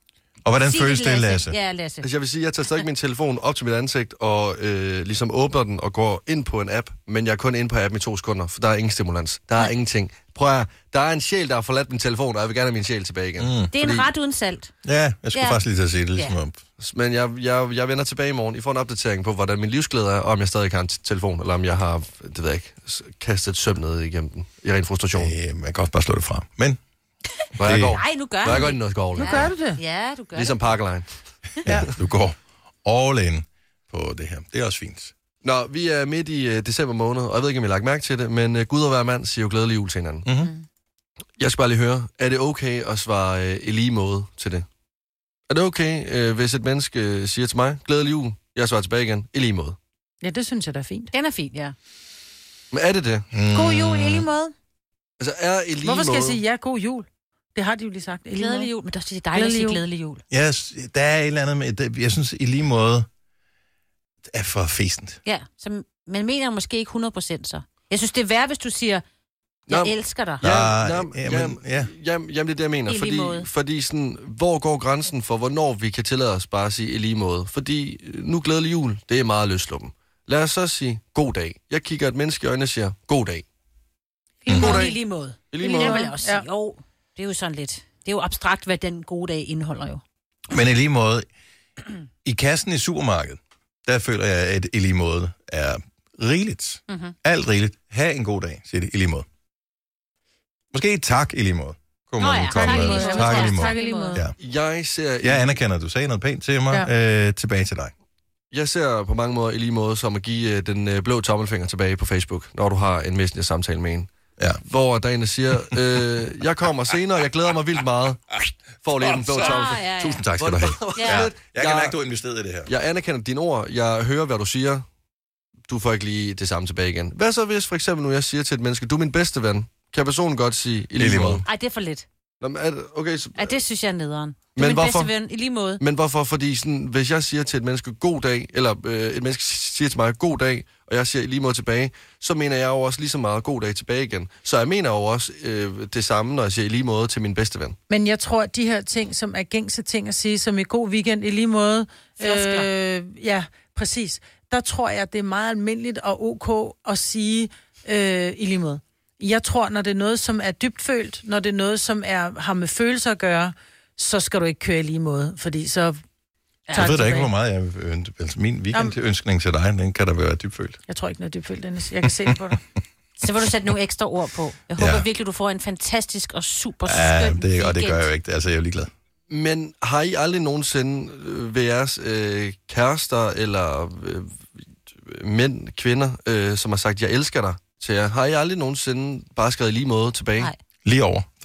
Og hvordan Sig føles det, Lasse? Ja, Lasse. Altså, jeg vil sige, at jeg tager stadig min telefon op til mit ansigt, og øh, ligesom åbner den og går ind på en app, men jeg er kun inde på appen i to sekunder, for der er ingen stimulans. Der er Nej. ingenting. Prøv at, der er en sjæl, der har forladt min telefon, og jeg vil gerne have min sjæl tilbage igen. Mm. Det er en ret uden salt. Ja, jeg skulle Ja. faktisk lige til at sige det, ligesom Ja. om. Men jeg, jeg, jeg vender tilbage i morgen. I får en opdatering på, hvordan min livsglæde er, og om jeg stadig har en t- telefon, eller om jeg har, det ved jeg ikke, s- kastet et søm ned igennem den, i ren frustration. Øh, man kan også bare slå det fra. Men... Hvor jeg det- går. Nej, nu gør Hvor du jeg går det. ind i noget skov. Nu gør du det. Ja, du gør Ligesom Parkline. Ja, du går all in på det her. Det er også fint. Nå, vi er midt i uh, december måned, og jeg ved ikke, om I har lagt mærke til det, men uh, Gud og hver mand siger jo glædelig jul til hinanden. Mm-hmm. Jeg skal bare lige høre, er det okay at svare uh, i lige måde til det? Er det okay, uh, hvis et menneske uh, siger til mig, glædelig jul, jeg svarer tilbage igen, i lige måde? Ja, det synes jeg da er fint. Den er fin, ja. Men er det det? Mm. God jul, i lige måde. Altså, er i lige Hvorfor skal måde... jeg sige ja, god jul? Det har de jo lige sagt. I lige Glædelig måde. jul, men det er også dejligt at sige glædelig jul. Ja, s- der er et eller andet med... det- Jeg synes i lige måde, det er for fæsent. Ja, så man mener måske ikke hundrede procent så. Jeg synes, det er værd, hvis du siger, jeg Nå, elsker dig. Ja, Nej, ja, jamen, jamen, ja. jamen, jamen, det er det, jeg mener. I lige Fordi, måde. fordi sådan, hvor går grænsen for, hvornår vi kan tillade os bare at sige i lige måde? Fordi øh, nu glædelig jul, det er meget løsluppen. Lad os så sige god dag. Jeg kigger et menneske i øjnene og siger god dag. I God måde, dag. i lige måde. I lige Det måde. vil jeg også sige. Jo, det er jo sådan lidt. Det er jo abstrakt, hvad den gode dag indeholder jo. Men i lige måde, i kassen i supermarkedet, der føler jeg, at i lige måde er rigeligt. Mm-hmm. Alt rigeligt. Ha' en god dag, siger det i lige måde. Måske tak i lige måde. Kunne Nå man ja, komme tak i med. lige måde. Tak i lige måde. Tak i lige måde. Ja. Jeg ser... Jeg anerkender, at du sagde noget pænt til mig. Ja. Øh, tilbage til dig. Jeg ser på mange måder i lige måde som at give øh, den øh, blå tommelfinger tilbage på Facebook, når du har en messenger-samtale med en. Ja. Hvor der er en, der siger, øh, jeg kommer senere, jeg glæder mig vildt meget. Får lige en blå tommelfinger. ja, ja. Tusind tak skal du have. Ja. Ja. Jeg kan mærke, at du har investeret i det her. Jeg anerkender dine ord, jeg hører, hvad du siger. Du får ikke lige det samme tilbage igen. Hvad så hvis for eksempel nu jeg siger til et menneske, du er min bedste ven, kan personen godt sige i lige, lige måde? måde. Ej, det er for lidt. Nå, men er det, okay, så, Ja, det synes jeg er nederen. Du Men er min hvorfor? bedste ven, i lige måde. men hvorfor? Fordi sådan, hvis jeg siger til et menneske god dag, eller øh, et menneske siger til mig god dag, og jeg siger i lige måde tilbage, så mener jeg jo også lige så meget god dag tilbage igen. Så jeg mener jo også øh, det samme, når jeg siger i lige måde til min bedste ven. Men jeg tror, at de her ting, som er gængse ting at sige, som i god weekend i lige måde, øh, ja, præcis, der tror jeg, at det er meget almindeligt og ok at sige øh, i lige måde. Jeg tror, når det er noget, som er dybtfølt, når det er noget, som er, har med følelser at gøre, så skal du ikke køre i lige måde, fordi så... Jeg ved da ikke, hvor meget jeg ønsker. Altså, min weekendønskning til dig, den kan da være dybfølt. Jeg tror ikke, noget er dybfølt, Dennis. Jeg kan se det på dig. Så vil du sætte nogle ekstra ord på. Jeg håber Ja. virkelig, du får en fantastisk og super skøn Ja, det, og det weekend. gør jeg jo ikke. Altså, jeg er jo ligeglad. Men har I aldrig nogensinde øh, ved jeres øh, kærester eller øh, mænd, kvinder, øh, som har sagt, jeg elsker dig til jer, har I aldrig nogensinde bare skrevet i lige måde tilbage? Nej. Lige over. Thumbs up.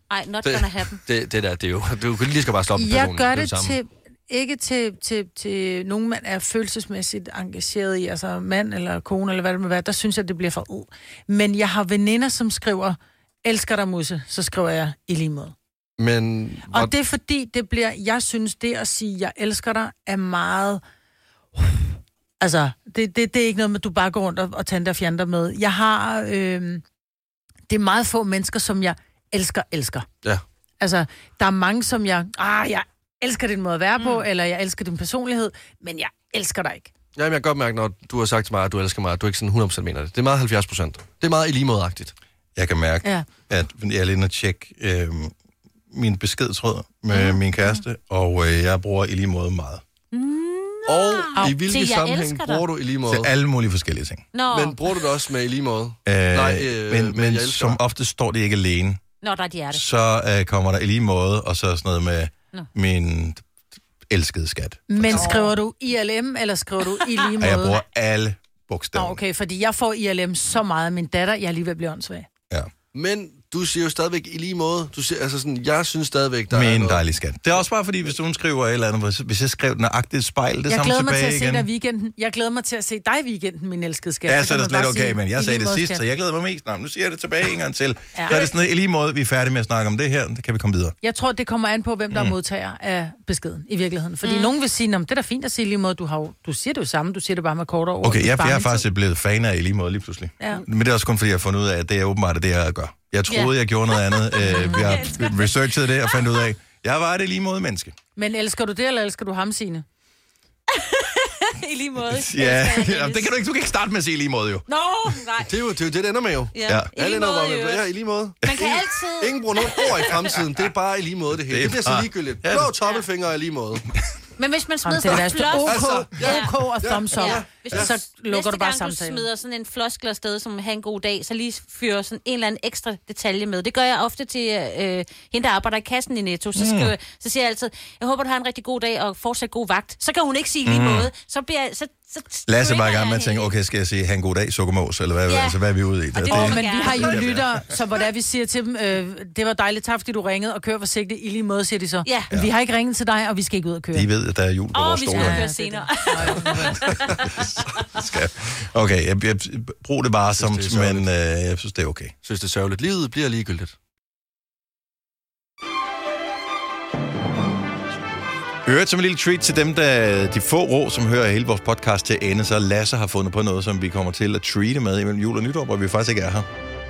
Ej, not Det- gonna happen. Det, det der, det er jo... Du kan lige skal bare stoppe Jeg personen. gør er det, samme. til, ikke til, til, til nogen, man er følelsesmæssigt engageret i, altså mand eller kone, eller hvad det må være, der synes jeg, det bliver for ud. Men jeg har veninder, som skriver, elsker dig, Musse, så skriver jeg i lige måde. Men... Og det er fordi, det bliver, jeg synes, det at sige, jeg elsker dig, er meget... Altså, det, det, det er ikke noget med, at du bare går rundt og, og tander og fjander med. Jeg har... Øh, det er meget få mennesker, som jeg elsker, elsker. Ja. Altså, der er mange, som jeg... Ah, jeg elsker din måde at være på, mm. eller jeg elsker din personlighed, men jeg elsker dig ikke. Jamen, jeg kan godt mærke, når du har sagt til mig, at du elsker mig, at du ikke sådan hundrede procent mener det. Det er meget halvfjerds procent. Det er meget i lige måde-agtigt. Jeg kan mærke, Ja. at jeg er lige inde og tjekke øh, min beskedtråd med min kæreste, og øh, jeg bruger i lige måde meget. Og i hvilke til jeg sammenhæng elsker bruger dig. du i lige måde? Til alle mulige forskellige ting. Nå, Men bruger du det også med i lige måde? Øh, Nej, øh, men men men jeg elsker som dig. ofte står det ikke alene. Nå der er de hjerte. Så øh, kommer der i lige måde, og så sådan noget med Nå. min elskede skat. Men skriver du I L M, eller skriver du i lige Og måde? jeg bruger alle bogstaver. Nå, okay, fordi jeg får I L M så meget af min datter, jeg er lige ved at blive åndssvag. Ja. Men du siger jo stadigvæk i lige måde. Du siger, altså sådan, jeg synes stadigvæk, der er Min noget... dejlige skat. Det er også bare fordi, hvis hun skriver et eller andet, hvis- hvis jeg skrev nøjagtigt et spejl, det Jeg samme glæder mig til tilbage at se igen. dig i weekenden. Jeg glæder mig til at se dig i weekenden, min elskede skat. Ja, så er kan det man slet bare okay, sige, men i jeg sagde lige det måde, sidst, skat. så jeg glæder mig mest. Nå, nu siger jeg det tilbage en gang til. Ja. Så er det sådan noget, i lige måde, vi er færdige med at snakke om det her, det kan vi komme videre. Jeg tror, det kommer an på, hvem der Mm. er modtager af beskeden i virkeligheden. Fordi mm. nogen vil sige, det er da fint at sige i lige måde, du, har jo, du siger det jo samme, du siger det bare med kortere ord. Okay, Du jeg, sparer jeg er min faktisk blevet fan af i lige måde lige pludselig. Ja. Men det er også kun fordi, jeg har fundet ud af, at det er åbenbart det, jeg gør. Jeg troede, Ja. jeg gjorde noget andet. Øh, jeg har researchet det og fandt ud af, jeg var det lige måde menneske. tid. Men elsker du det, eller elsker du ham, Signe? I lige måde. Ja, ja, det kan du ikke. Du kan ikke starte med at sige i lige måde, jo. Nå, nej. Det er jo det, er jo det det ender med jo. Ja. Ja. I lige Alle ender måde, bare med, jo. ja, i lige måde. Man kan ingen, altid... Ingen bruger nogen ord i fremtiden. Det er bare i lige måde, det hele. Det Det, er bliver så bare- ligegyldigt. Ja. Blå tommelfinger er i lige måde. Men hvis man smider Jamen, det er sådan det en værste. floskel... OK, Altså, OK og thumbs up. Ja. Hvis du, Så lukker du bare næste gang du samtalen. smider sådan en floskel afsted, som have en god dag, så lige fyrer sådan en eller anden ekstra detalje med. Det gør jeg ofte til øh, hende, der arbejder i kassen i Netto. Så, skriver, jeg- så siger jeg altid, jeg håber, du har en rigtig god dag og fortsat god vagt. Så kan hun ikke sige lige Mm. måde. Så bliver jeg... Så, så Lasse er bare i trigger gang med jeg at tænke, hende. okay, skal jeg sige, have en god dag, sukkermås, eller hvad, Ja. altså, hvad er vi ude i? det det, Åh, må men man vi gerne. har jo Ja. lyttere, så hvor det er, vi siger til dem, øh, det var dejligt, tak fordi du ringede, og kør forsigtigt. I lige måde, siger de så. Ja. Men vi har ikke ringet til dig, og vi skal ikke ud og køre. De ved, at der er jul på Åh, vores vi stole. skal Ja, køre det er senere. Skal. Okay, jeg, jeg brug det bare som, synes, det er men øh, jeg synes, det er okay. Synes det er sørgeligt. Livet bliver ligegyldigt. Øvrigt som en lille treat til dem, der de få rå, som hører hele vores podcast til ende, så Lasse har fundet på noget, som vi kommer til at treate med imellem jul og nytår, hvor vi faktisk ikke er her.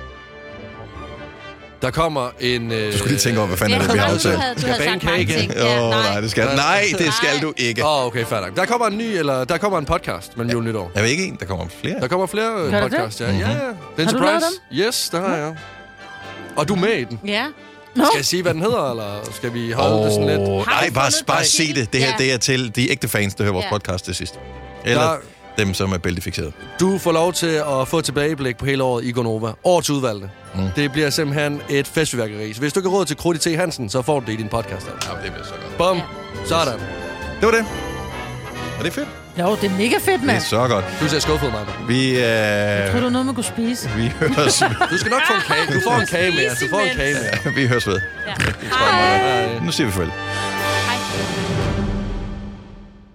Der kommer en... Øh, Du skulle lige tænke over, hvad fanden Ja, er det, vi har du aftalt. havde, du Skal havde jeg sagt bage en mange kage ting. Åh, Ja, oh, nej. nej, det skal, nej, det skal du ikke. Åh, oh, okay, fair nok. Der kommer en ny, eller der kommer en podcast mellem jul og nytår. Jeg ved ikke en, der kommer flere. Der kommer flere øh, Gør der podcasts, ja. Mhm. Ja, ja. Det er en Har du lavet surprise. Yes, det har jeg. Og du er med i den. Ja. Skal jeg sige, hvad den hedder, eller skal vi holde oh. det sådan lidt? Åh, nej, bare, fundet bare den? se det. Det her, Ja. det er til de ægte fans, der hører vores Ja. podcast til sidst. Eller Der- dem, som er bæltefixeret. Du får lov til at få et tilbageblik på hele året i Gonova. Årets udvalgte. Mm. Det bliver simpelthen et festfyrværkeri. Så hvis du ikke har råd til Krudt i T. Hansen, så får du det i din podcast. Ja, det bliver så godt. Bum. Ja. Sådan. Det var det. Og det er fedt. Jo, det er mega fedt, Det er mand. så godt. Du ser skuffet, mig. Vi, øh, Jeg tror du noget, man kunne spise. vi høres, Du skal nok få en kage. Du får en kage mere. Du får en kage mere. vi høres ved. Ja. Hej. Nu siger vi farvel.